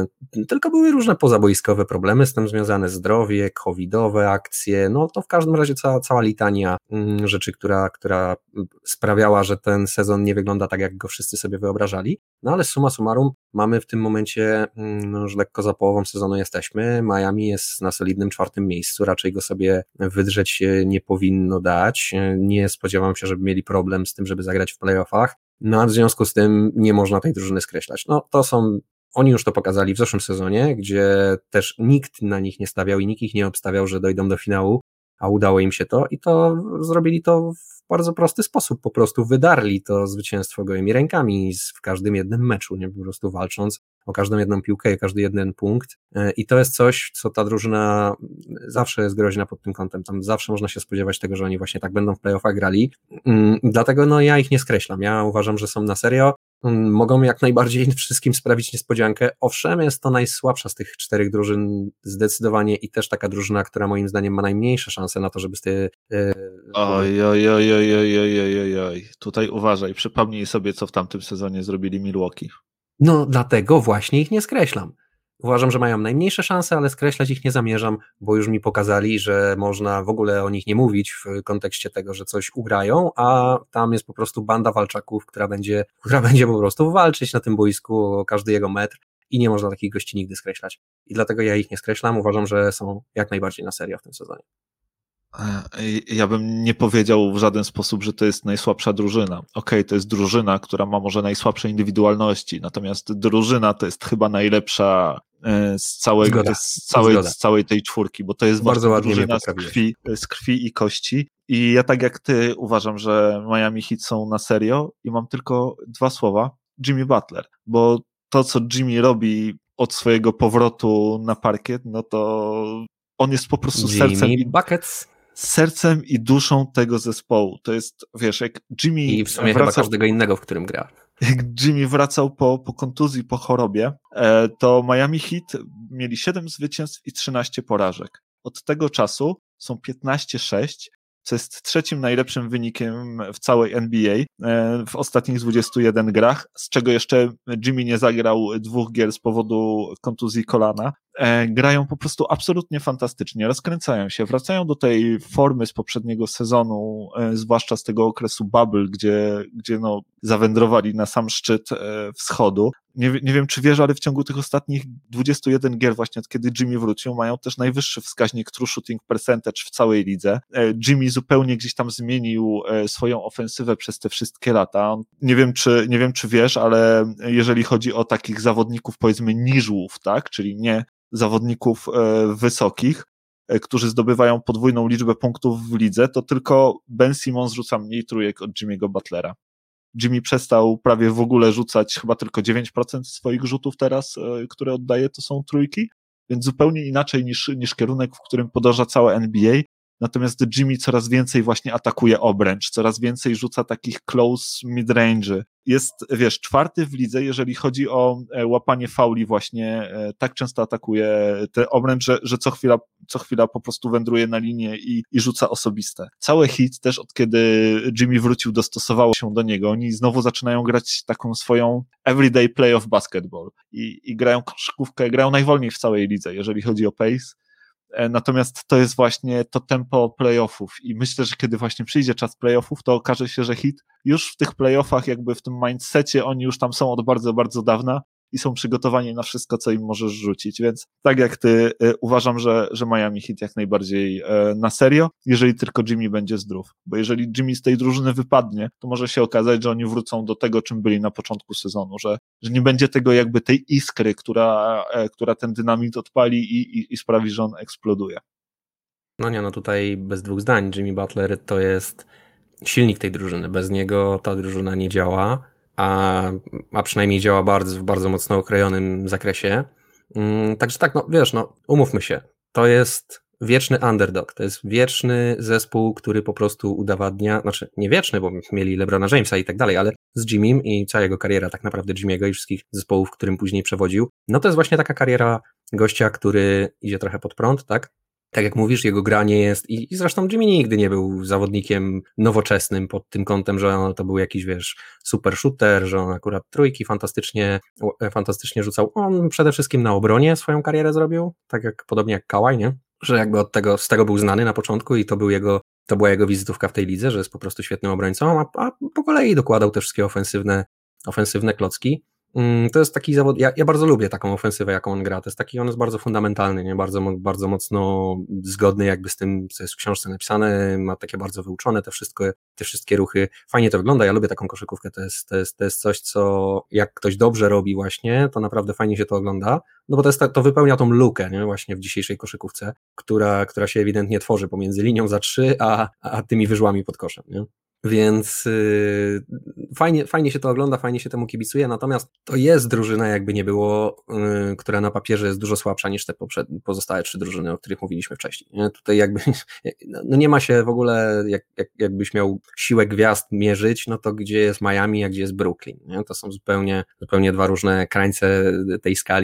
[SPEAKER 3] tylko były różne pozaboiskowe problemy z tym związane, zdrowie, covidowe akcje, no to w każdym razie cała, cała litania rzeczy, która, która sprawiała, że ten sezon nie wygląda tak, jak go wszyscy sobie wyobrażali. No ale summa summarum mamy w tym momencie, no, że lekko za połową sezonu jesteśmy, Miami jest na solidnym czwartym miejscu, raczej go sobie wydrzeć nie powinno dać, nie spodziewam się, żeby mieli problem z tym, żeby zagrać w playoffach, no a w związku z tym nie można tej drużyny skreślać. No to są, oni już to pokazali w zeszłym sezonie, gdzie też nikt na nich nie stawiał i nikt ich nie obstawiał, że dojdą do finału, a udało im się to i to zrobili to w bardzo prosty sposób, po prostu wydarli to zwycięstwo gołymi rękami w każdym jednym meczu, nie po prostu walcząc o każdą jedną piłkę i każdy jeden punkt i to jest coś, co ta drużyna zawsze jest groźna pod tym kątem, tam zawsze można się spodziewać tego, że oni właśnie tak będą w playoffach grali, dlatego no ja ich nie skreślam, ja uważam, że są na serio, mogą jak najbardziej wszystkim sprawić niespodziankę, owszem jest to najsłabsza z tych czterech drużyn zdecydowanie i też taka drużyna, która moim zdaniem ma najmniejsze szanse na to, żeby z tej... Yy,
[SPEAKER 2] oj, oj, oj, oj, oj, oj, oj, oj, tutaj uważaj, przypomnij sobie, co w tamtym sezonie zrobili Milwaukee.
[SPEAKER 3] No dlatego właśnie ich nie skreślam. Uważam, że mają najmniejsze szanse, ale skreślać ich nie zamierzam, bo już mi pokazali, że można w ogóle o nich nie mówić w kontekście tego, że coś ugrają, a tam jest po prostu banda walczaków, która będzie, która będzie po prostu walczyć na tym boisku o każdy jego metr i nie można takich gości nigdy skreślać. I dlatego ja ich nie skreślam, uważam, że są jak najbardziej na serio w tym sezonie.
[SPEAKER 2] Ja bym nie powiedział w żaden sposób, że to jest najsłabsza drużyna. Okej, okay, to jest drużyna, która ma może najsłabsze indywidualności, natomiast drużyna to jest chyba najlepsza z całej, z całej, z całej tej czwórki, bo to jest
[SPEAKER 3] bardzo
[SPEAKER 2] właśnie drużyna z krwi, z krwi i kości. I ja tak jak ty uważam, że Miami Heat są na serio i mam tylko dwa słowa, Jimmy Butler, bo to, co Jimmy robi od swojego powrotu na parkiet, no to on jest po prostu
[SPEAKER 3] Jimmy
[SPEAKER 2] sercem i,
[SPEAKER 3] Buckets.
[SPEAKER 2] sercem i duszą tego zespołu. To jest, wiesz, jak Jimmy
[SPEAKER 3] I w sumie
[SPEAKER 2] wracał,
[SPEAKER 3] chyba każdego innego, w którym gra.
[SPEAKER 2] Jak Jimmy wracał po, po kontuzji, po chorobie, to Miami Heat mieli siedem zwycięstw i trzynaście porażek. Od tego czasu są piętnaście sześć, co jest trzecim najlepszym wynikiem w całej N B A w ostatnich dwudziestu jeden grach, z czego jeszcze Jimmy nie zagrał dwóch gier z powodu kontuzji kolana. Grają po prostu absolutnie fantastycznie, rozkręcają się, wracają do tej formy z poprzedniego sezonu, zwłaszcza z tego okresu bubble, gdzie, gdzie no, zawędrowali na sam szczyt wschodu. Nie, nie wiem, czy wiesz, ale w ciągu tych ostatnich dwudziestu jeden gier, właśnie od kiedy Jimmy wrócił, mają też najwyższy wskaźnik true shooting percentage w całej lidze. Jimmy zupełnie gdzieś tam zmienił swoją ofensywę przez te wszystkie lata. Nie wiem, czy, nie wiem, czy wiesz, ale jeżeli chodzi o takich zawodników, powiedzmy niżłów, tak, czyli nie zawodników e, wysokich, e, którzy zdobywają podwójną liczbę punktów w lidze, to tylko Ben Simmons rzuca mniej trójek od Jimmy'ego Butlera. Jimmy przestał prawie w ogóle rzucać, chyba tylko dziewięć procent swoich rzutów teraz, e, które oddaje, to są trójki, więc zupełnie inaczej niż, niż kierunek, w którym podąża całe N B A. Natomiast Jimmy coraz więcej właśnie atakuje obręcz, coraz więcej rzuca takich close mid-range'y. Jest, wiesz, czwarty w lidze, jeżeli chodzi o łapanie fauli właśnie, tak często atakuje te obręcz, że, że co chwila, co chwila po prostu wędruje na linię i, i rzuca osobiste. Całe Heat też od kiedy Jimmy wrócił, dostosowało się do niego. Oni znowu zaczynają grać taką swoją everyday playoff basketball i, i grają koszykówkę, grają najwolniej w całej lidze, jeżeli chodzi o pace. Natomiast to jest właśnie to tempo playoffów i myślę, że kiedy właśnie przyjdzie czas playoffów, to okaże się, że Heat już w tych playoffach, jakby w tym mindsetie, oni już tam są od bardzo, bardzo dawna i są przygotowani na wszystko, co im możesz rzucić, więc tak jak ty, uważam, że, że Miami Heat jak najbardziej na serio, jeżeli tylko Jimmy będzie zdrów, bo jeżeli Jimmy z tej drużyny wypadnie, to może się okazać, że oni wrócą do tego, czym byli na początku sezonu, że, że nie będzie tego jakby tej iskry, która, która ten dynamit odpali i, i, i sprawi, że on eksploduje.
[SPEAKER 3] No nie, no tutaj bez dwóch zdań, Jimmy Butler to jest silnik tej drużyny, bez niego ta drużyna nie działa, a, a przynajmniej działa bardzo, w bardzo mocno okrojonym zakresie. Mm, także tak, no wiesz, no umówmy się, to jest wieczny underdog, to jest wieczny zespół, który po prostu udowadnia, znaczy nie wieczny, bo mieli LeBrona Jamesa i tak dalej, ale z Jimmym i cała jego kariera tak naprawdę Jimmy'ego i wszystkich zespołów, którym później przewodził, no to jest właśnie taka kariera gościa, który idzie trochę pod prąd, tak? Tak jak mówisz, jego granie jest i, i zresztą Jimmy nigdy nie był zawodnikiem nowoczesnym pod tym kątem, że on to był jakiś, wiesz, super shooter, że on akurat trójki fantastycznie, fantastycznie rzucał. On przede wszystkim na obronie swoją karierę zrobił, tak jak podobnie jak Kawhi, nie? Że jakby od tego, z tego był znany na początku i to był jego, to była jego wizytówka w tej lidze, że jest po prostu świetnym obrońcą, a, a po kolei dokładał te wszystkie ofensywne, ofensywne klocki. To jest taki zawod, ja, ja bardzo lubię taką ofensywę, jaką on gra, to jest taki, on jest bardzo fundamentalny, nie? Bardzo, bardzo mocno zgodny jakby z tym, co jest w książce napisane, ma takie bardzo wyuczone te wszystko, te wszystkie ruchy, fajnie to wygląda, ja lubię taką koszykówkę, to jest, to jest, to jest coś, co jak ktoś dobrze robi właśnie, to naprawdę fajnie się to ogląda, no bo to, jest, to wypełnia tą lukę, nie? Właśnie w dzisiejszej koszykówce, która, która się ewidentnie tworzy pomiędzy linią za trzy, a, a tymi wyżłami pod koszem, nie? Więc yy, fajnie, fajnie się to ogląda, fajnie się temu kibicuje, natomiast to jest drużyna, jakby nie było, yy, która na papierze jest dużo słabsza niż te poprzed, pozostałe trzy drużyny, o których mówiliśmy wcześniej. Nie? Tutaj jakby no nie ma się w ogóle, jak, jak, jakbyś miał siłę gwiazd mierzyć, no to gdzie jest Miami, a gdzie jest Brooklyn. Nie? To są zupełnie, zupełnie dwa różne krańce tej skali.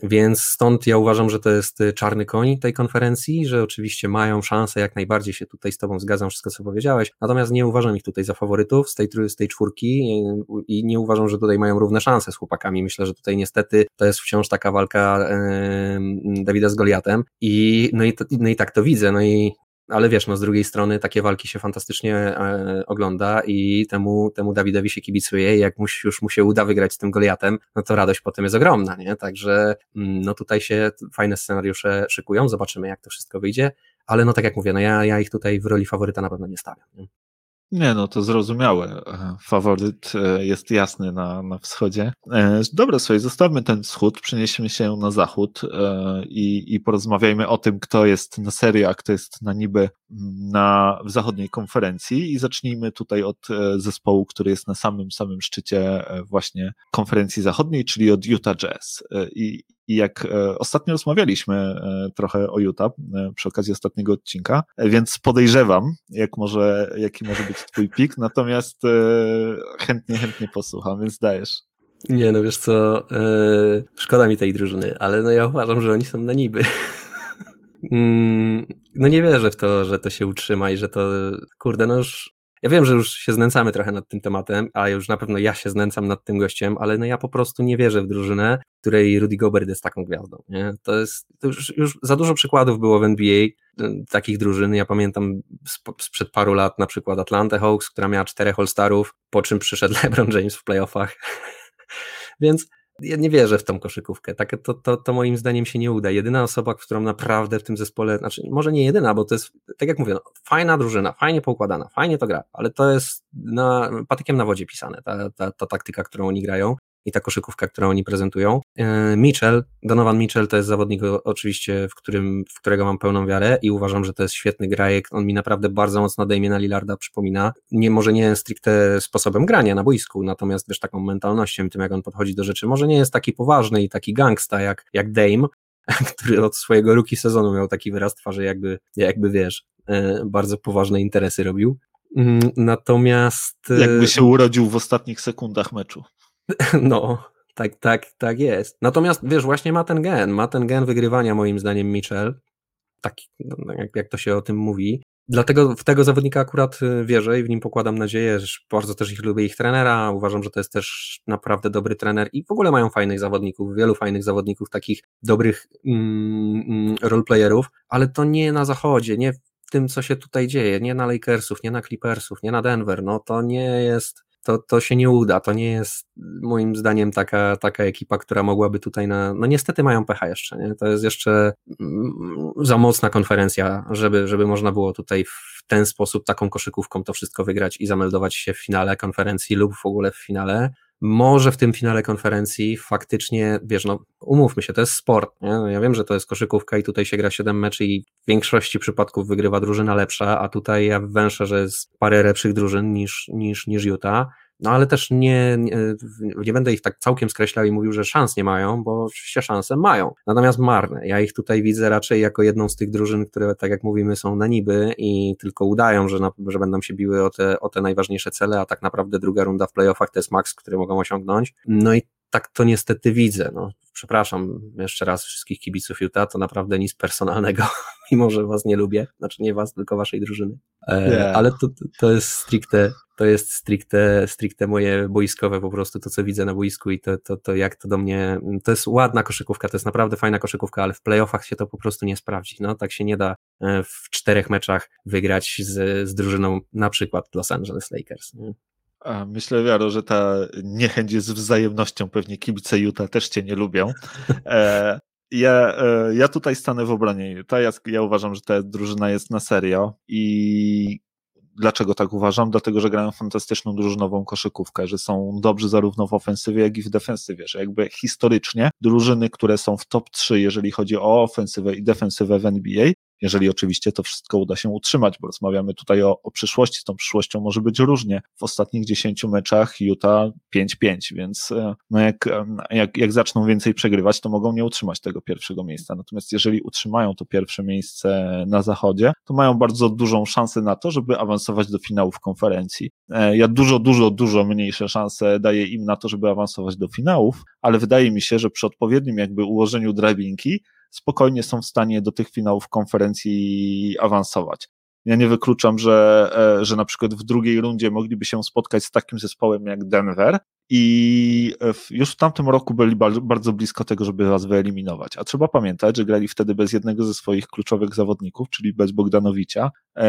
[SPEAKER 3] Więc stąd ja uważam, że to jest czarny koń tej konferencji, że oczywiście mają szansę, jak najbardziej się tutaj z tobą zgadzam, wszystko co powiedziałeś, natomiast nie uważam ich tutaj za faworytów z tej, z tej czwórki i nie uważam, że tutaj mają równe szanse z chłopakami. Myślę, że tutaj niestety to jest wciąż taka walka yy, Dawida z Goliatem i no, i to, no i tak to widzę, no i ale wiesz, no z drugiej strony takie walki się fantastycznie e, ogląda i temu, temu Dawidowi się kibicuje i jak mu, już mu się uda wygrać z tym Goliatem, no to radość potem jest ogromna, nie? Także no tutaj się fajne scenariusze szykują, zobaczymy jak to wszystko wyjdzie, ale no tak jak mówię, no ja, ja ich tutaj w roli faworyta na pewno nie stawiam. Nie?
[SPEAKER 2] Nie, no to zrozumiałe. Faworyt jest jasny na, na wschodzie. Dobra, słuchaj, zostawmy ten wschód, przenieśmy się na zachód i, i porozmawiajmy o tym, kto jest na serio, a kto jest na niby na, w zachodniej konferencji i zacznijmy tutaj od zespołu, który jest na samym, samym szczycie właśnie konferencji zachodniej, czyli od Utah Jazz. I, I jak ostatnio rozmawialiśmy trochę o Utah przy okazji ostatniego odcinka, więc podejrzewam, jak może, jaki może być twój pik, natomiast chętnie, chętnie posłucham, więc dajesz.
[SPEAKER 3] Nie, no wiesz co, yy, szkoda mi tej drużyny, ale no ja uważam, że oni są na niby. mm, no nie wierzę w to, że to się utrzyma i że to, kurde, no już ja wiem, że już się znęcamy trochę nad tym tematem, a już na pewno ja się znęcam nad tym gościem, ale no ja po prostu nie wierzę w drużynę, w której Rudy Gobert jest taką gwiazdą, nie? To jest, to już, już za dużo przykładów było w N B A takich drużyn. Ja pamiętam sprzed paru lat na przykład Atlanta Hawks, która miała czterech All-Starów, po czym przyszedł LeBron James w playoffach. Więc ja nie wierzę w tą koszykówkę. Tak, to, to, to moim zdaniem się nie uda. Jedyna osoba, którą naprawdę w tym zespole, znaczy może nie jedyna, bo to jest, tak jak mówię, no, fajna drużyna, fajnie poukładana, fajnie to gra, ale to jest na, patykiem na wodzie pisane, ta, ta, ta taktyka, którą oni grają i ta koszykówka, którą oni prezentują. Mitchell, Donovan Mitchell to jest zawodnik oczywiście, w, którym, w którego mam pełną wiarę i uważam, że to jest świetny grajek. On mi naprawdę bardzo mocno Damiana Lillarda przypomina. Nie, może nie stricte sposobem grania na boisku, natomiast wiesz, taką mentalnością, tym jak on podchodzi do rzeczy. Może nie jest taki poważny i taki gangsta jak, jak Dame, który od swojego rookie sezonu miał taki wyraz twarzy, jakby, jakby wiesz, bardzo poważne interesy robił. Natomiast...
[SPEAKER 2] Jakby się urodził w ostatnich sekundach meczu.
[SPEAKER 3] No, tak, tak, tak jest. Natomiast wiesz, właśnie ma ten gen, ma ten gen wygrywania moim zdaniem Mitchell, taki, jak, jak to się o tym mówi. Dlatego w tego zawodnika akurat wierzę i w nim pokładam nadzieję, że bardzo też ich lubię, ich trenera, uważam, że to jest też naprawdę dobry trener i w ogóle mają fajnych zawodników, wielu fajnych zawodników, takich dobrych mm, roleplayerów, ale to nie na zachodzie, nie w tym, co się tutaj dzieje, nie na Lakersów, nie na Clippersów, nie na Denver, no to nie jest... To, to się nie uda, to nie jest moim zdaniem taka, taka ekipa, która mogłaby tutaj na, no niestety mają pecha jeszcze, nie? To jest jeszcze za mocna konferencja, żeby, żeby można było tutaj w ten sposób, taką koszykówką to wszystko wygrać i zameldować się w finale konferencji lub w ogóle w finale. Może w tym finale konferencji faktycznie, wiesz, no umówmy się, to jest sport, nie? No, ja wiem, że to jest koszykówka i tutaj się gra siedem meczy i w większości przypadków wygrywa drużyna lepsza, a tutaj ja węszę, że jest parę lepszych drużyn niż, niż, niż Utah. No ale też nie, nie, nie będę ich tak całkiem skreślał i mówił, że szans nie mają, bo oczywiście szanse mają, natomiast marne. Ja ich tutaj widzę raczej jako jedną z tych drużyn, które, tak jak mówimy, są na niby i tylko udają, że, na, że będą się biły o te, o te najważniejsze cele, a tak naprawdę druga runda w playoffach to jest maks, który mogą osiągnąć. No i tak to niestety widzę. No, przepraszam jeszcze raz wszystkich kibiców Utah, to naprawdę nic personalnego, mimo że was nie lubię, znaczy nie was, tylko waszej drużyny. E, yeah. Ale to, to jest stricte to jest stricte, stricte moje boiskowe po prostu, to co widzę na boisku i to, to, to jak to do mnie, to jest ładna koszykówka, to jest naprawdę fajna koszykówka, ale w playoffach się to po prostu nie sprawdzi, no tak się nie da w czterech meczach wygrać z, z drużyną na przykład Los Angeles Lakers. Nie?
[SPEAKER 2] A myślę, Wiaro, że ta niechęć jest wzajemnością, pewnie kibice Utah też cię nie lubią. E, ja, e, ja tutaj stanę w obronie Utah, ja, ja uważam, że ta drużyna jest na serio i dlaczego tak uważam? Dlatego, że grają fantastyczną drużynową koszykówkę, że są dobrzy zarówno w ofensywie, jak i w defensywie, że jakby historycznie drużyny, które są w top trzy, jeżeli chodzi o ofensywę i defensywę w N B A, jeżeli oczywiście to wszystko uda się utrzymać, bo rozmawiamy tutaj o, o przyszłości, z tą przyszłością może być różnie. W ostatnich dziesięciu meczach Utah pięć pięć, więc no jak, jak, jak zaczną więcej przegrywać, to mogą nie utrzymać tego pierwszego miejsca. Natomiast jeżeli utrzymają to pierwsze miejsce na zachodzie, to mają bardzo dużą szansę na to, żeby awansować do finałów konferencji. Ja dużo, dużo, dużo mniejsze szanse daję im na to, żeby awansować do finałów, ale wydaje mi się, że przy odpowiednim jakby ułożeniu drabinki spokojnie są w stanie do tych finałów konferencji awansować. Ja nie wykluczam, że, że na przykład w drugiej rundzie mogliby się spotkać z takim zespołem jak Denver i już w tamtym roku byli bardzo blisko tego, żeby was wyeliminować. A trzeba pamiętać, że grali wtedy bez jednego ze swoich kluczowych zawodników, czyli bez Bogdanowicia.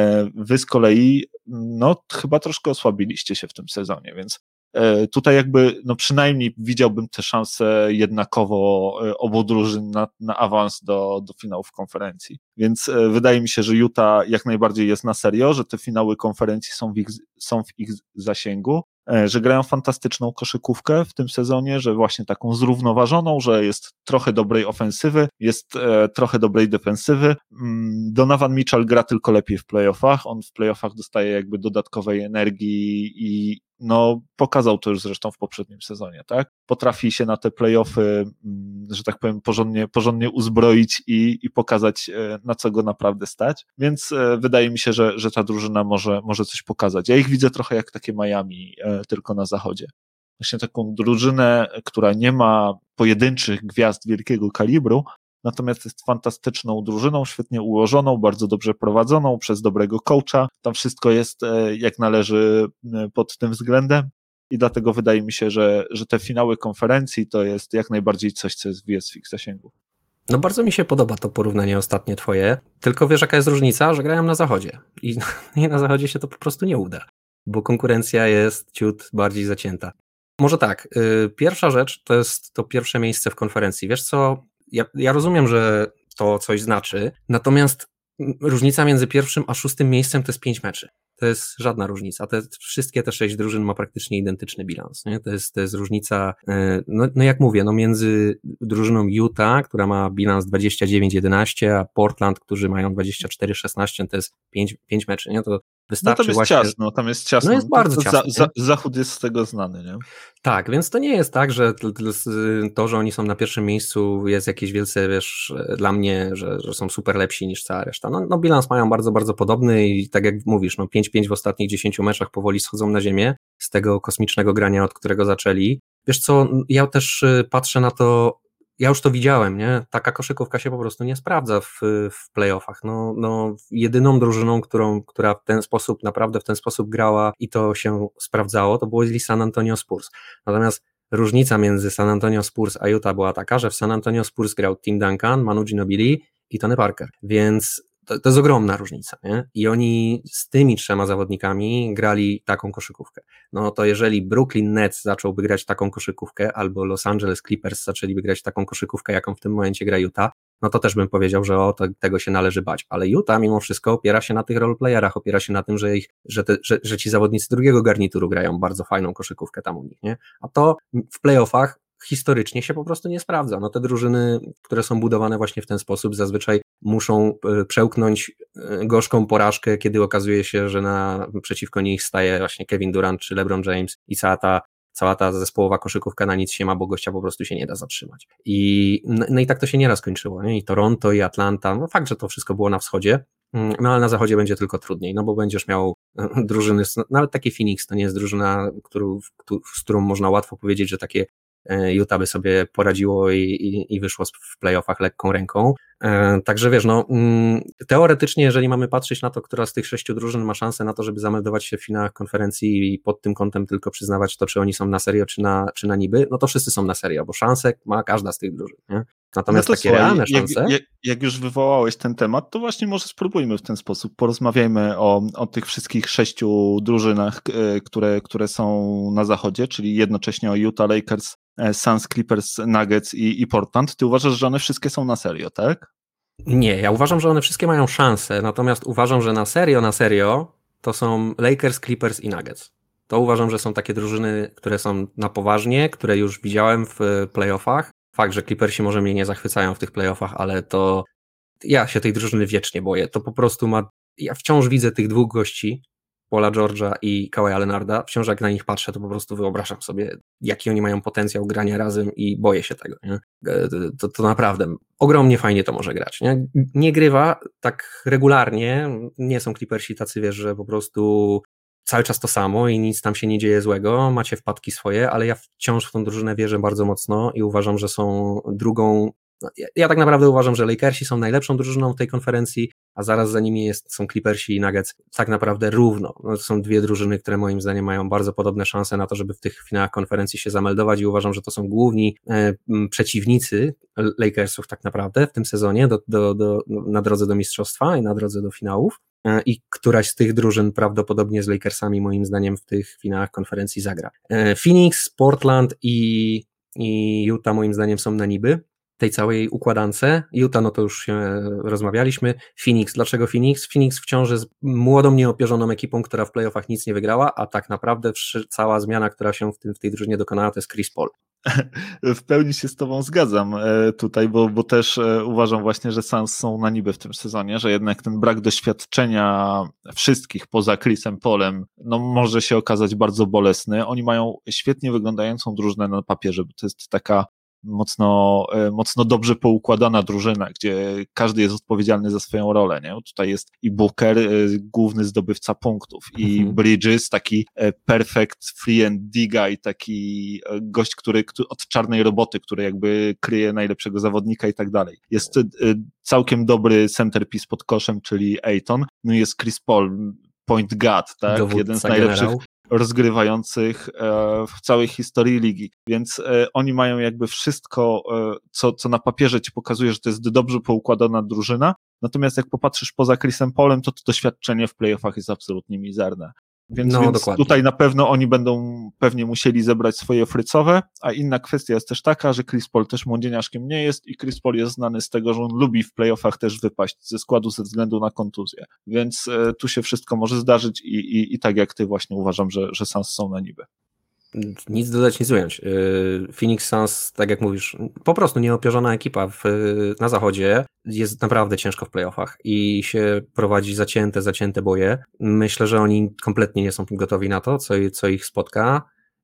[SPEAKER 2] Wy z kolei, no chyba troszkę osłabiliście się w tym sezonie, więc tutaj jakby, no przynajmniej widziałbym te szanse jednakowo obu drużyn na, na awans do, do finałów konferencji. Więc wydaje mi się, że Utah jak najbardziej jest na serio, że te finały konferencji są w ich, są w ich zasięgu, że grają fantastyczną koszykówkę w tym sezonie, że właśnie taką zrównoważoną, że jest trochę dobrej ofensywy, jest e, trochę dobrej defensywy. Donovan Mitchell gra tylko lepiej w playoffach, on w playoffach dostaje jakby dodatkowej energii i no pokazał to już zresztą w poprzednim sezonie, tak? Potrafi się na te playoffy, że tak powiem, porządnie, porządnie uzbroić i, i pokazać, na co go naprawdę stać, więc wydaje mi się, że, że ta drużyna może, może coś pokazać. Ja ich widzę trochę jak takie Miami, tylko na zachodzie. Właśnie taką drużynę, która nie ma pojedynczych gwiazd wielkiego kalibru, natomiast jest fantastyczną drużyną, świetnie ułożoną, bardzo dobrze prowadzoną przez dobrego coacha. Tam wszystko jest jak należy pod tym względem i dlatego wydaje mi się, że, że te finały konferencji to jest jak najbardziej coś, co jest, jest w ich zasięgu.
[SPEAKER 3] No bardzo mi się podoba to porównanie ostatnie twoje, tylko wiesz jaka jest różnica, że grają na zachodzie i, i na zachodzie się to po prostu nie uda, bo konkurencja jest ciut bardziej zacięta. Może tak, yy, pierwsza rzecz to jest to pierwsze miejsce w konferencji. Wiesz co, ja, ja rozumiem, że to coś znaczy, natomiast różnica między pierwszym a szóstym miejscem to jest pięć meczy. To jest żadna różnica. Te, wszystkie te sześć drużyn ma praktycznie identyczny bilans. Nie? To jest, to jest różnica, no, no jak mówię, no między drużyną Utah, która ma bilans dwadzieścia dziewięć jedenaście, a Portland, którzy mają dwadzieścia cztery szesnaście, to jest pięć meczy. Nie? To wystarczy
[SPEAKER 2] no tam jest
[SPEAKER 3] właśnie...
[SPEAKER 2] ciasno, tam jest ciasno.
[SPEAKER 3] No jest bardzo
[SPEAKER 2] to,
[SPEAKER 3] ciasno.
[SPEAKER 2] Za, za, Zachód jest z tego znany, nie?
[SPEAKER 3] Tak, więc to nie jest tak, że to, że oni są na pierwszym miejscu jest jakieś wielce, wiesz, dla mnie, że, że są super lepsi niż cała reszta. No, no bilans mają bardzo, bardzo podobny i tak jak mówisz, no pięć pięć w ostatnich dziesięciu meczach powoli schodzą na ziemię z tego kosmicznego grania, od którego zaczęli. Wiesz co, ja też patrzę na to, ja już to widziałem, nie? Taka koszykówka się po prostu nie sprawdza w, w playoffach. No, no, jedyną drużyną, którą, która w ten sposób, naprawdę w ten sposób grała i to się sprawdzało, to byli San Antonio Spurs. Natomiast różnica między San Antonio Spurs a Utah była taka, że w San Antonio Spurs grał Tim Duncan, Manu Ginobili i Tony Parker, więc to, to jest ogromna różnica, nie? I oni z tymi trzema zawodnikami grali taką koszykówkę. No to jeżeli Brooklyn Nets zacząłby grać taką koszykówkę, albo Los Angeles Clippers zaczęliby grać taką koszykówkę, jaką w tym momencie gra Utah, no to też bym powiedział, że o, to, tego się należy bać. Ale Utah mimo wszystko opiera się na tych roleplayerach, opiera się na tym, że, ich, że, te, że, że ci zawodnicy drugiego garnituru grają bardzo fajną koszykówkę tam u nich, nie? A to w playoffach historycznie się po prostu nie sprawdza. No te drużyny, które są budowane właśnie w ten sposób, zazwyczaj muszą przełknąć gorzką porażkę, kiedy okazuje się, że na, przeciwko nich staje właśnie Kevin Durant czy LeBron James i cała ta, cała ta zespołowa koszykówka na nic się ma, bo gościa po prostu się nie da zatrzymać. I, no i tak to się nieraz kończyło, nie? I Toronto, i Atlanta, no fakt, że to wszystko było na wschodzie, no ale na zachodzie będzie tylko trudniej, no bo będziesz miał drużyny, nawet taki Phoenix to nie jest drużyna, którą, z którą można łatwo powiedzieć, że takie Utah by sobie poradziło i, i, i wyszło w playoffach lekką ręką. E, także wiesz, no teoretycznie, jeżeli mamy patrzeć na to, która z tych sześciu drużyn ma szansę na to, żeby zameldować się w finałach konferencji i pod tym kątem tylko przyznawać to, czy oni są na serio, czy na, czy na niby, no to wszyscy są na serio, bo szanse ma każda z tych drużyn, nie? Natomiast no takie słuchaj, realne szanse...
[SPEAKER 2] Jak, jak, jak już wywołałeś ten temat, to właśnie może spróbujmy w ten sposób, porozmawiajmy o, o tych wszystkich sześciu drużynach, które, które są na zachodzie, czyli jednocześnie o Utah, Lakers, Suns, Clippers, Nuggets i, i Portland. Ty uważasz, że one wszystkie są na serio, tak?
[SPEAKER 3] Nie, ja uważam, że one wszystkie mają szansę, natomiast uważam, że na serio, na serio to są Lakers, Clippers i Nuggets. To uważam, że są takie drużyny, które są na poważnie, które już widziałem w playoffach. Fakt, że Clippersi może mnie nie zachwycają w tych playoffach, ale to Ja się tej drużyny wiecznie boję. To po prostu ma... Ja wciąż widzę tych dwóch gości, Paula George'a i Kawaja Leonarda. Wciąż jak na nich patrzę, to po prostu wyobrażam sobie, jaki oni mają potencjał grania razem i boję się tego. Nie? To, to naprawdę ogromnie fajnie to może grać. Nie? Nie grywa tak regularnie. Nie są Clippersi tacy, wiesz, że po prostu cały czas to samo i nic tam się nie dzieje złego. Macie wpadki swoje, ale ja wciąż w tą drużynę wierzę bardzo mocno i uważam, że są drugą... Ja, ja tak naprawdę uważam, że Lakersi są najlepszą drużyną tej konferencji, a zaraz za nimi jest, są Clippersi i Nuggets tak naprawdę równo. No, to są dwie drużyny, które moim zdaniem mają bardzo podobne szanse na to, żeby w tych finałach konferencji się zameldować i uważam, że to są główni e, przeciwnicy Lakersów tak naprawdę w tym sezonie do, do, do, na drodze do mistrzostwa i na drodze do finałów e, i któraś z tych drużyn prawdopodobnie z Lakersami moim zdaniem w tych finałach konferencji zagra. E, Phoenix, Portland i, i Utah moim zdaniem są na niby tej całej układance. Utah, no to już się rozmawialiśmy. Phoenix, dlaczego Phoenix? Phoenix wciąż jest młodą, nieopierzoną ekipą, która w playoffach nic nie wygrała, a tak naprawdę cała zmiana, która się w, tym, w tej drużynie dokonała, to jest Chris Paul.
[SPEAKER 2] W pełni się z tobą zgadzam tutaj, bo, bo też uważam właśnie, że Suns są na niby w tym sezonie, że jednak ten brak doświadczenia wszystkich poza Chrisem Paulem, no może się okazać bardzo bolesny. Oni mają świetnie wyglądającą drużynę na papierze, bo to jest taka mocno, mocno dobrze poukładana drużyna, gdzie każdy jest odpowiedzialny za swoją rolę, nie? Tutaj jest i Booker, główny zdobywca punktów, i
[SPEAKER 3] Mhm.
[SPEAKER 2] Bridges, taki perfect free and D guy, taki gość, który, który od czarnej roboty, który jakby kryje najlepszego zawodnika i tak dalej. Jest całkiem dobry centerpiece pod koszem, czyli Ayton, no i jest Chris Paul, point guard, tak?
[SPEAKER 3] Dowódca,
[SPEAKER 2] jeden z najlepszych
[SPEAKER 3] generał.
[SPEAKER 2] rozgrywających w całej historii ligi, więc oni mają jakby wszystko, co, co na papierze ci pokazuje, że to jest dobrze poukładana drużyna, natomiast jak popatrzysz poza Chrisem Paulem, to to doświadczenie w playoffach jest absolutnie mizerne. Więc,
[SPEAKER 3] No,
[SPEAKER 2] więc
[SPEAKER 3] dokładnie.
[SPEAKER 2] tutaj na pewno oni będą pewnie musieli zebrać swoje frycowe, a inna kwestia jest też taka, że Chris Paul też młodzieniaszkiem nie jest i Chris Paul jest znany z tego, że on lubi w playoffach też wypaść ze składu ze względu na kontuzję. Więc e, tu się wszystko może zdarzyć i, i, i tak jak ty właśnie uważam, że, że Suns są na niby.
[SPEAKER 3] Nic dodać, nic ująć. Phoenix Suns, tak jak mówisz, po prostu nieopierzona ekipa w, na zachodzie, jest naprawdę ciężko w playoffach i się prowadzi zacięte, zacięte boje. Myślę, że oni kompletnie nie są gotowi na to, co, co ich spotka.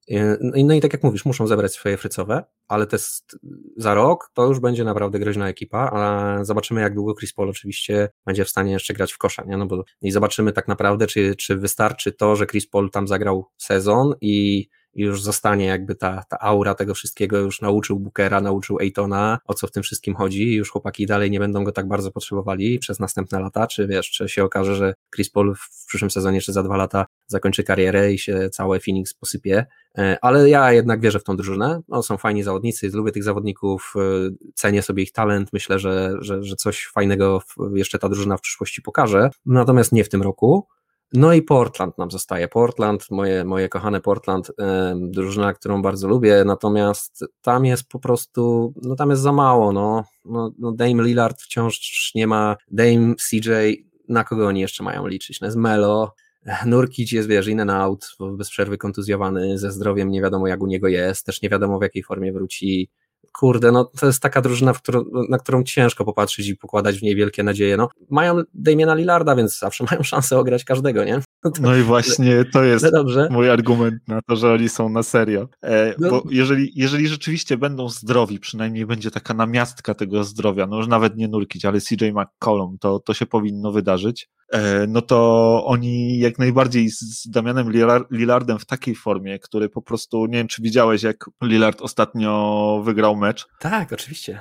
[SPEAKER 3] No i tak jak mówisz, muszą zebrać swoje frycowe, ale to jest za rok to już będzie naprawdę groźna ekipa, a zobaczymy, jak długo Chris Paul oczywiście będzie w stanie jeszcze grać w kosza, nie? No bo i zobaczymy tak naprawdę, czy, czy wystarczy to, że Chris Paul tam zagrał sezon i i już zostanie jakby ta, ta aura tego wszystkiego, już nauczył Bookera, nauczył Aytona, o co w tym wszystkim chodzi i już chłopaki dalej nie będą go tak bardzo potrzebowali przez następne lata, czy wiesz, czy się okaże, że Chris Paul w przyszłym sezonie, czy za dwa lata zakończy karierę i się całe Phoenix posypie, ale ja jednak wierzę w tą drużynę, no, są fajni zawodnicy, lubię tych zawodników, cenię sobie ich talent, myślę, że, że, że coś fajnego jeszcze ta drużyna w przyszłości pokaże, natomiast nie w tym roku. No i Portland nam zostaje. Portland, moje, moje kochane Portland, yy, drużyna, którą bardzo lubię, natomiast tam jest po prostu, no tam jest za mało, no, no, no Dame Lillard wciąż nie ma, Dame, C J, na kogo oni jeszcze mają liczyć? No jest Melo, Nurkic jest, wiesz, in and out, bez przerwy kontuzjowany, ze zdrowiem nie wiadomo jak u niego jest, też nie wiadomo w jakiej formie wróci. Kurde, no to jest taka drużyna, w którą, na którą ciężko popatrzeć i pokładać w niej wielkie nadzieje. No, mają Damiana Lillarda, więc zawsze mają szansę ograć każdego, nie?
[SPEAKER 2] No, to, no i właśnie to jest
[SPEAKER 3] no dobrze.
[SPEAKER 2] mój argument na to, że oni są na serio. E,
[SPEAKER 3] no.
[SPEAKER 2] Bo jeżeli, jeżeli rzeczywiście będą zdrowi, przynajmniej będzie taka namiastka tego zdrowia, no już nawet nie Nurkic, ale C J McCollum, to, to się powinno wydarzyć, e, no to oni jak najbardziej z Damianem Lillardem w takiej formie, który po prostu, nie wiem czy widziałeś, jak Lillard ostatnio wygrał mecz.
[SPEAKER 3] Tak, oczywiście.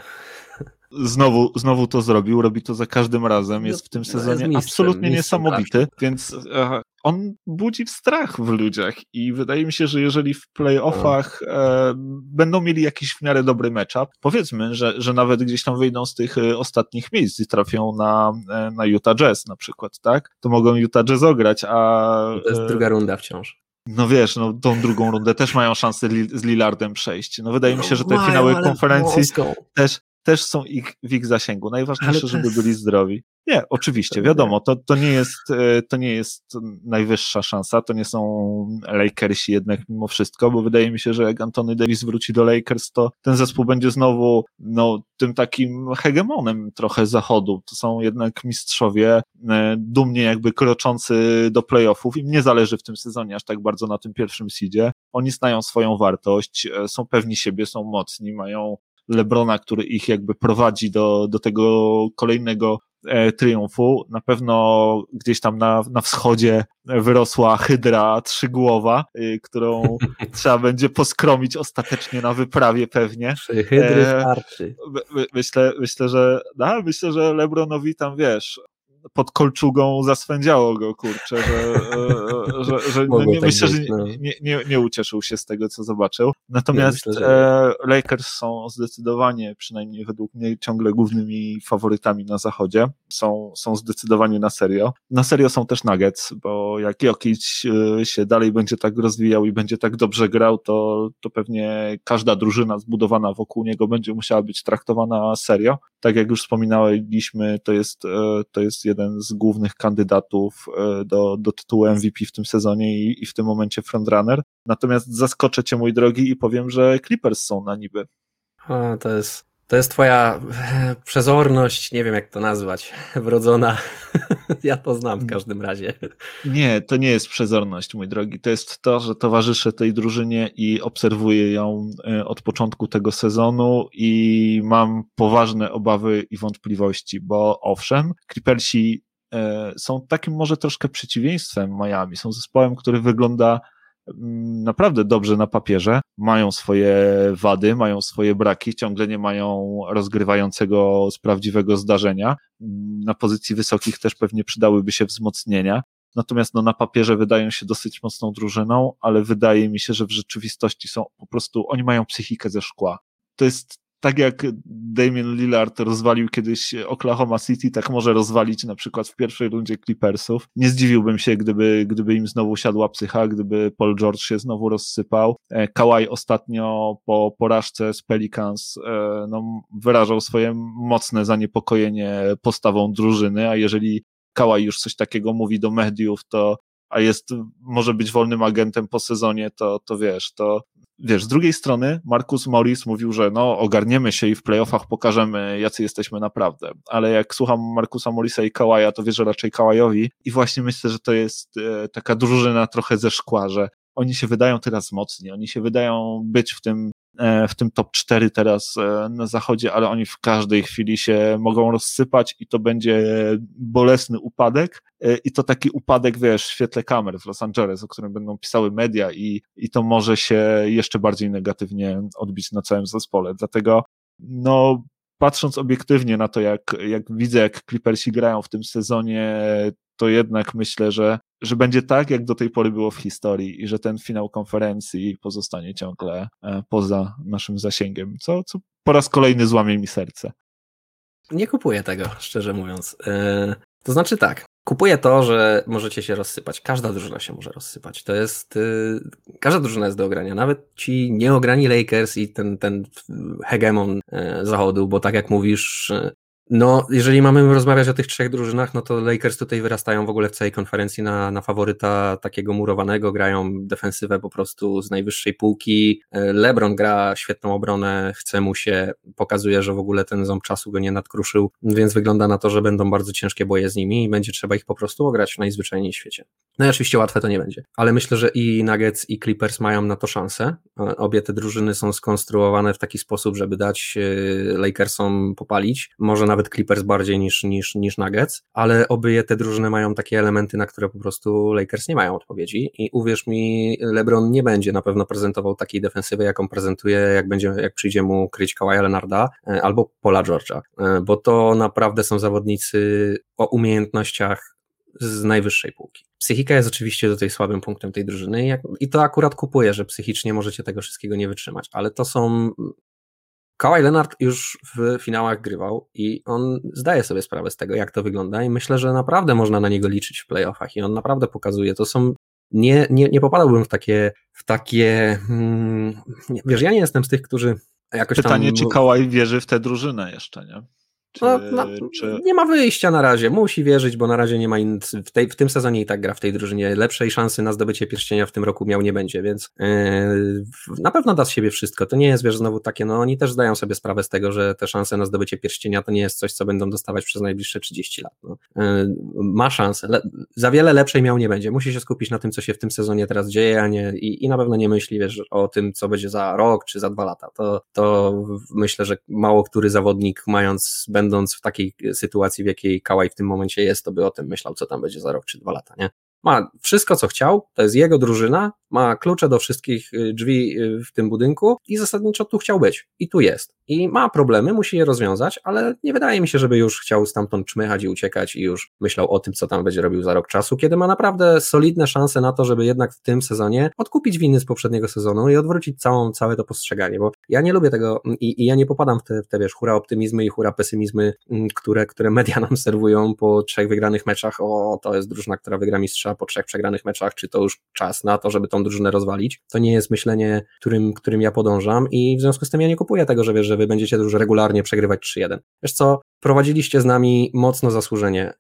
[SPEAKER 2] Znowu, znowu to zrobił, robi to za każdym razem, jest w tym sezonie no jest mistrzem, absolutnie mistrzem, niesamowity, tak. Więc e, on budzi strach w ludziach i wydaje mi się, że jeżeli w playoffach e, będą mieli jakiś w miarę dobry matchup, powiedzmy, że, że nawet gdzieś tam wyjdą z tych e, ostatnich miejsc i trafią na, e, na Utah Jazz na przykład, tak? To mogą Utah Jazz ograć, a...
[SPEAKER 3] To jest druga runda wciąż.
[SPEAKER 2] No wiesz, no tą drugą rundę też mają szansę li, z Lillardem przejść. No wydaje mi się, że te finały konferencji też też są ich, w ich zasięgu. Najważniejsze, żeby byli zdrowi. Nie, oczywiście, wiadomo, to, to, nie jest, to nie jest najwyższa szansa, to nie są Lakersi jednak mimo wszystko, bo wydaje mi się, że jak Anthony Davis wróci do Lakers, to ten zespół będzie znowu no, tym takim hegemonem trochę zachodu. To są jednak mistrzowie, dumnie jakby kroczący do playoffów. Im nie zależy w tym sezonie aż tak bardzo na tym pierwszym seedzie. Oni znają swoją wartość, są pewni siebie, są mocni, mają LeBrona, który ich jakby prowadzi do, do tego kolejnego e, triumfu. Na pewno gdzieś tam na, na wschodzie wyrosła hydra trzygłowa, y, którą trzeba będzie poskromić ostatecznie na wyprawie pewnie.
[SPEAKER 3] Trzy hydry starczy.
[SPEAKER 2] E, my, myślę, myślę, że no, myślę, że LeBronowi tam, wiesz, pod kolczugą zaswędziało go, kurczę, że, że, że no nie, tak myślę, być, że no. nie, nie, nie ucieszył się z tego, co zobaczył. Natomiast myślę, że... Lakers są zdecydowanie, przynajmniej według mnie, ciągle głównymi faworytami na zachodzie. Są, są zdecydowanie na serio. Na serio są też Nuggets, bo jak Jokic się dalej będzie tak rozwijał i będzie tak dobrze grał, to, to pewnie każda drużyna zbudowana wokół niego będzie musiała być traktowana serio. Tak jak już wspominaliśmy, to jest, to jest jeden z głównych kandydatów do, do tytułu M V P w tym sezonie i, i w tym momencie frontrunner. Natomiast zaskoczę cię, mój drogi, i powiem, że Clippers są na niby.
[SPEAKER 3] A, to jest, to jest twoja przezorność, nie wiem jak to nazwać, wrodzona. Ja to znam w każdym razie.
[SPEAKER 2] Nie, to nie jest przezorność, mój drogi. To jest to, że towarzyszę tej drużynie i obserwuję ją od początku tego sezonu i mam poważne obawy i wątpliwości, bo owszem, Clippersi są takim może troszkę przeciwieństwem Miami. Są zespołem, który wygląda naprawdę dobrze na papierze, mają swoje wady, mają swoje braki, ciągle nie mają rozgrywającego z prawdziwego zdarzenia. Na pozycji wysokich też pewnie przydałyby się wzmocnienia. Natomiast no, na papierze wydają się dosyć mocną drużyną, ale wydaje mi się, że w rzeczywistości są po prostu, oni mają psychikę ze szkła. To jest tak jak Damian Lillard rozwalił kiedyś Oklahoma City, tak może rozwalić na przykład w pierwszej rundzie Clippersów. Nie zdziwiłbym się, gdyby, gdyby im znowu siadła psycha, gdyby Paul George się znowu rozsypał. Kawhi ostatnio po porażce z Pelicans no, wyrażał swoje mocne zaniepokojenie postawą drużyny, a jeżeli Kawhi już coś takiego mówi do mediów, to a jest, może być wolnym agentem po sezonie, to, to wiesz, to Wiesz, z drugiej strony Marcus Morris mówił, że no ogarniemy się i w playoffach pokażemy, jacy jesteśmy naprawdę, ale jak słucham Marcusa Morrisa i Kawaja, to wierzę raczej Kawajowi i właśnie myślę, że to jest e, taka drużyna trochę ze szkła, że oni się wydają teraz mocni, oni się wydają być w tym e, w tym top cztery teraz e, na zachodzie, ale oni w każdej chwili się mogą rozsypać i to będzie bolesny upadek e, i to taki upadek, wiesz, w świetle kamer w Los Angeles, o którym będą pisały media i, i to może się jeszcze bardziej negatywnie odbić na całym zespole, dlatego no patrząc obiektywnie na to, jak, jak widzę, jak Clippersi grają w tym sezonie, to jednak myślę, że, że będzie tak, jak do tej pory było w historii i że ten finał konferencji pozostanie ciągle poza naszym zasięgiem, co, co po raz kolejny złamie mi serce.
[SPEAKER 3] Nie kupuję tego, szczerze mówiąc. Yy, to znaczy tak, kupuję to, że możecie się rozsypać. Każda drużyna się może rozsypać. To jest, yy, każda drużyna jest do ogrania. Nawet ci nieograni Lakers i ten, ten hegemon yy, zachodu, bo tak jak mówisz, yy, no, jeżeli mamy rozmawiać o tych trzech drużynach, no to Lakers tutaj wyrastają w ogóle w całej konferencji na, na faworyta takiego murowanego, grają defensywę po prostu z najwyższej półki. LeBron gra świetną obronę, chce mu się, pokazuje, że w ogóle ten ząb czasu go nie nadkruszył, więc wygląda na to, że będą bardzo ciężkie boje z nimi i będzie trzeba ich po prostu ograć najzwyczajniej w świecie. No i oczywiście łatwe to nie będzie, ale myślę, że i Nuggets i Clippers mają na to szansę. Obie te drużyny są skonstruowane w taki sposób, żeby dać Lakersom popalić, może nawet Clippers bardziej niż, niż, niż Nuggets, ale obie te drużyny mają takie elementy, na które po prostu Lakers nie mają odpowiedzi i uwierz mi, LeBron nie będzie na pewno prezentował takiej defensywy, jaką prezentuje, jak będzie, jak przyjdzie mu kryć Kawaja Leonarda albo Paula George'a, bo to naprawdę są zawodnicy o umiejętnościach z najwyższej półki. Psychika jest oczywiście tutaj słabym punktem tej drużyny i, jak, i to akurat kupuję, że psychicznie możecie tego wszystkiego nie wytrzymać, ale to są... Kawhi Leonard już w finałach grywał i on zdaje sobie sprawę z tego, jak to wygląda i myślę, że naprawdę można na niego liczyć w playoffach i on naprawdę pokazuje, to są, nie, nie, nie popadałbym w takie, w takie, hmm, wiesz, ja nie jestem z tych, którzy jakoś
[SPEAKER 2] Pytanie,
[SPEAKER 3] tam...
[SPEAKER 2] czy Kawhi wierzy w tę drużynę jeszcze, nie? Czy,
[SPEAKER 3] no, no,
[SPEAKER 2] czy...
[SPEAKER 3] Nie ma wyjścia na razie, musi wierzyć, bo na razie nie ma in... w, tej, w tym sezonie i tak gra w tej drużynie, lepszej szansy na zdobycie pierścienia w tym roku miał nie będzie, więc yy, na pewno da z siebie wszystko, to nie jest, wiesz, znowu takie, no oni też zdają sobie sprawę z tego, że te szanse na zdobycie pierścienia to nie jest coś, co będą dostawać przez najbliższe trzydzieści lat, no. Yy, ma szansę, Le... za wiele lepszej miał nie będzie, musi się skupić na tym, co się w tym sezonie teraz dzieje, a nie, i, i na pewno nie myśli, wiesz, o tym, co będzie za rok, czy za dwa lata, to, to myślę, że mało który zawodnik, mając, będąc w takiej sytuacji, w jakiej Kawhi w tym momencie jest, to by o tym myślał, co tam będzie za rok czy dwa lata, nie? Ma wszystko, co chciał, to jest jego drużyna, ma klucze do wszystkich drzwi w tym budynku i zasadniczo tu chciał być i tu jest. I ma problemy, musi je rozwiązać, ale nie wydaje mi się, żeby już chciał stamtąd czmychać i uciekać i już myślał o tym, co tam będzie robił za rok czasu, kiedy ma naprawdę solidne szanse na to, żeby jednak w tym sezonie odkupić winy z poprzedniego sezonu i odwrócić całą, całe to postrzeganie, bo ja nie lubię tego i, i ja nie popadam w te, w te, wiesz, hura optymizmy i hura pesymizmy, które, które media nam serwują po trzech wygranych meczach, o, to jest drużyna, która wygra mistrza po trzech przegranych meczach, czy to już czas na to, żeby tą drużynę rozwalić. To nie jest myślenie, którym, którym ja podążam i w związku z tym ja nie kupuję tego, że wiesz, że wy będziecie już regularnie przegrywać trzy jeden. Wiesz co, prowadziliście z nami mocno zasłużenie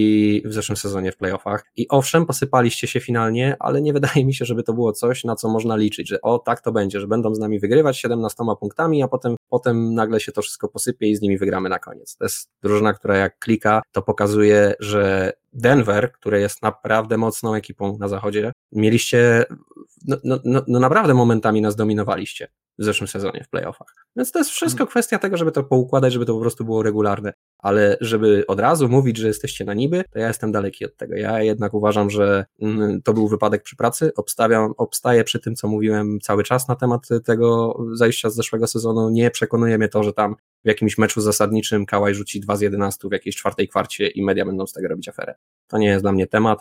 [SPEAKER 3] i w zeszłym sezonie w playoffach i owszem, posypaliście się finalnie, ale nie wydaje mi się, żeby to było coś, na co można liczyć, że o, tak to będzie, że będą z nami wygrywać siedemnastoma punktami, a potem, potem nagle się to wszystko posypie i z nimi wygramy na koniec. To jest drużyna, która jak klika, to pokazuje, że Denver, który jest naprawdę mocną ekipą na zachodzie, mieliście, no, no, no, no naprawdę momentami nas dominowaliście w zeszłym sezonie w playoffach. Więc to jest wszystko kwestia tego, żeby to poukładać, żeby to po prostu było regularne. Ale żeby od razu mówić, że jesteście na niby, to ja jestem daleki od tego. Ja jednak uważam, że mm, to był wypadek przy pracy. Obstawiam, obstaję przy tym, co mówiłem cały czas na temat tego zajścia z zeszłego sezonu. Nie przekonuje mnie to, że tam w jakimś meczu zasadniczym Kawhi rzuci dwa z jedenastu w jakiejś czwartej kwarcie i media będą z tego robić aferę. To nie jest dla mnie temat,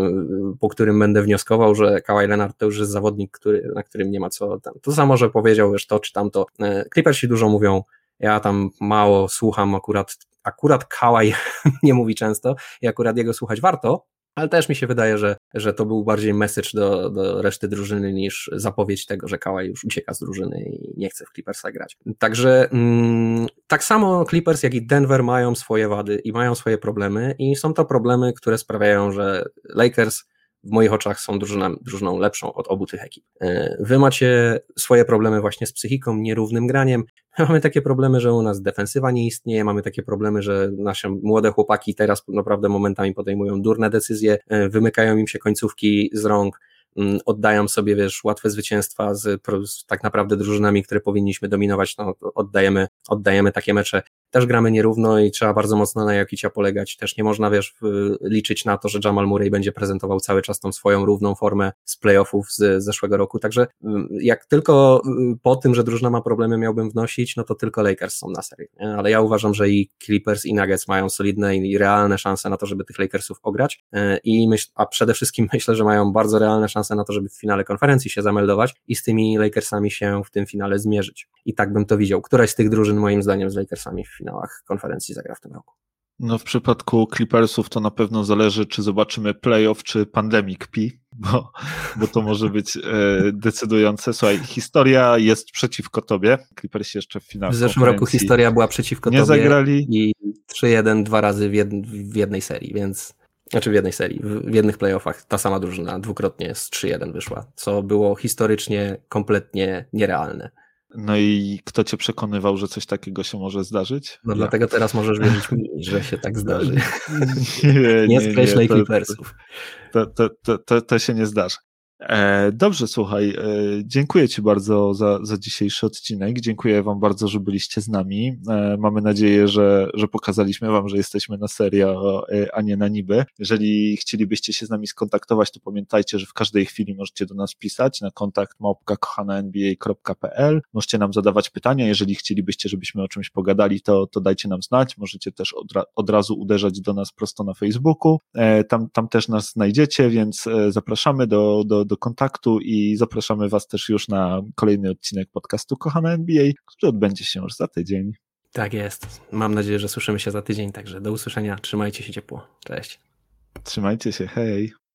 [SPEAKER 3] po którym będę wnioskował, że Kawhi Leonard to już jest zawodnik, który, na którym nie ma co tam. To samo, że powiedział już to czy tamto. Clippersi dużo mówią, ja tam mało słucham akurat, akurat Kawhi nie mówi często i akurat jego słuchać warto, ale też mi się wydaje, że, że to był bardziej message do, do reszty drużyny niż zapowiedź tego, że Kawhi już ucieka z drużyny i nie chce w Clippersa grać. Także mm, tak samo Clippers, jak i Denver mają swoje wady i mają swoje problemy i są to problemy, które sprawiają, że Lakers w moich oczach są drużyną, drużyną lepszą od obu tych ekip. Wy macie swoje problemy właśnie z psychiką, nierównym graniem. My mamy takie problemy, że u nas defensywa nie istnieje, mamy takie problemy, że nasze młode chłopaki teraz naprawdę momentami podejmują durne decyzje, wymykają im się końcówki z rąk, oddają sobie, wiesz, łatwe zwycięstwa z, z tak naprawdę drużynami, które powinniśmy dominować, no oddajemy, oddajemy takie mecze. Też gramy nierówno i trzeba bardzo mocno na Jokicia polegać. Też nie można, wiesz, liczyć na to, że Jamal Murray będzie prezentował cały czas tą swoją równą formę z playoffów z zeszłego roku. Także jak tylko po tym, że drużyna ma problemy, miałbym wnosić, no to tylko Lakers są na serii. Nie? Ale ja uważam, że i Clippers i Nuggets mają solidne i realne szanse na to, żeby tych Lakersów ograć. I myśl, a przede wszystkim myślę, że mają bardzo realne szanse na to, żeby w finale konferencji się zameldować i z tymi Lakersami się w tym finale zmierzyć. I tak bym to widział. Któraś z tych drużyn moim zdaniem z Lakersami w finałach konferencji zagra w tym roku.
[SPEAKER 2] No w przypadku Clippersów to na pewno zależy, czy zobaczymy playoff, czy Pandemic P, bo, bo to może być e, decydujące. Słuchaj, historia jest przeciwko tobie. Clippersi jeszcze w finale.
[SPEAKER 3] W zeszłym roku historia była przeciwko
[SPEAKER 2] nie
[SPEAKER 3] tobie
[SPEAKER 2] zagrali.
[SPEAKER 3] I trzy jeden dwa razy w, jed, w jednej serii, więc znaczy w jednej serii, w, w jednych playoffach ta sama drużyna dwukrotnie z trzy jeden wyszła, co było historycznie kompletnie nierealne.
[SPEAKER 2] No i kto cię przekonywał, że coś takiego się może zdarzyć?
[SPEAKER 3] No
[SPEAKER 2] ja.
[SPEAKER 3] Dlatego teraz możesz wierzyć mi, że się tak zdarzy.
[SPEAKER 2] Nie, nie,
[SPEAKER 3] nie skreślaj
[SPEAKER 2] nie, to,
[SPEAKER 3] Clippersów.
[SPEAKER 2] To, to, to, to, to się nie zdarzy. E, dobrze, słuchaj, e, dziękuję ci bardzo za, za dzisiejszy odcinek, dziękuję wam bardzo, że byliście z nami, e, mamy nadzieję, że, że pokazaliśmy wam, że jesteśmy na serio, e, a nie na niby. Jeżeli chcielibyście się z nami skontaktować, to pamiętajcie, że w każdej chwili możecie do nas pisać na kontakt małpka kochana n b a kropka p l, możecie nam zadawać pytania, jeżeli chcielibyście, żebyśmy o czymś pogadali, to, to dajcie nam znać, możecie też od, ra- od razu uderzać do nas prosto na Facebooku, e, tam, tam też nas znajdziecie, więc e, zapraszamy do, do do kontaktu i zapraszamy was też już na kolejny odcinek podcastu Kochana N B A, który odbędzie się już za tydzień.
[SPEAKER 3] Tak jest. Mam nadzieję, że słyszymy się za tydzień, także do usłyszenia. Trzymajcie się ciepło. Cześć.
[SPEAKER 2] Trzymajcie się, hej.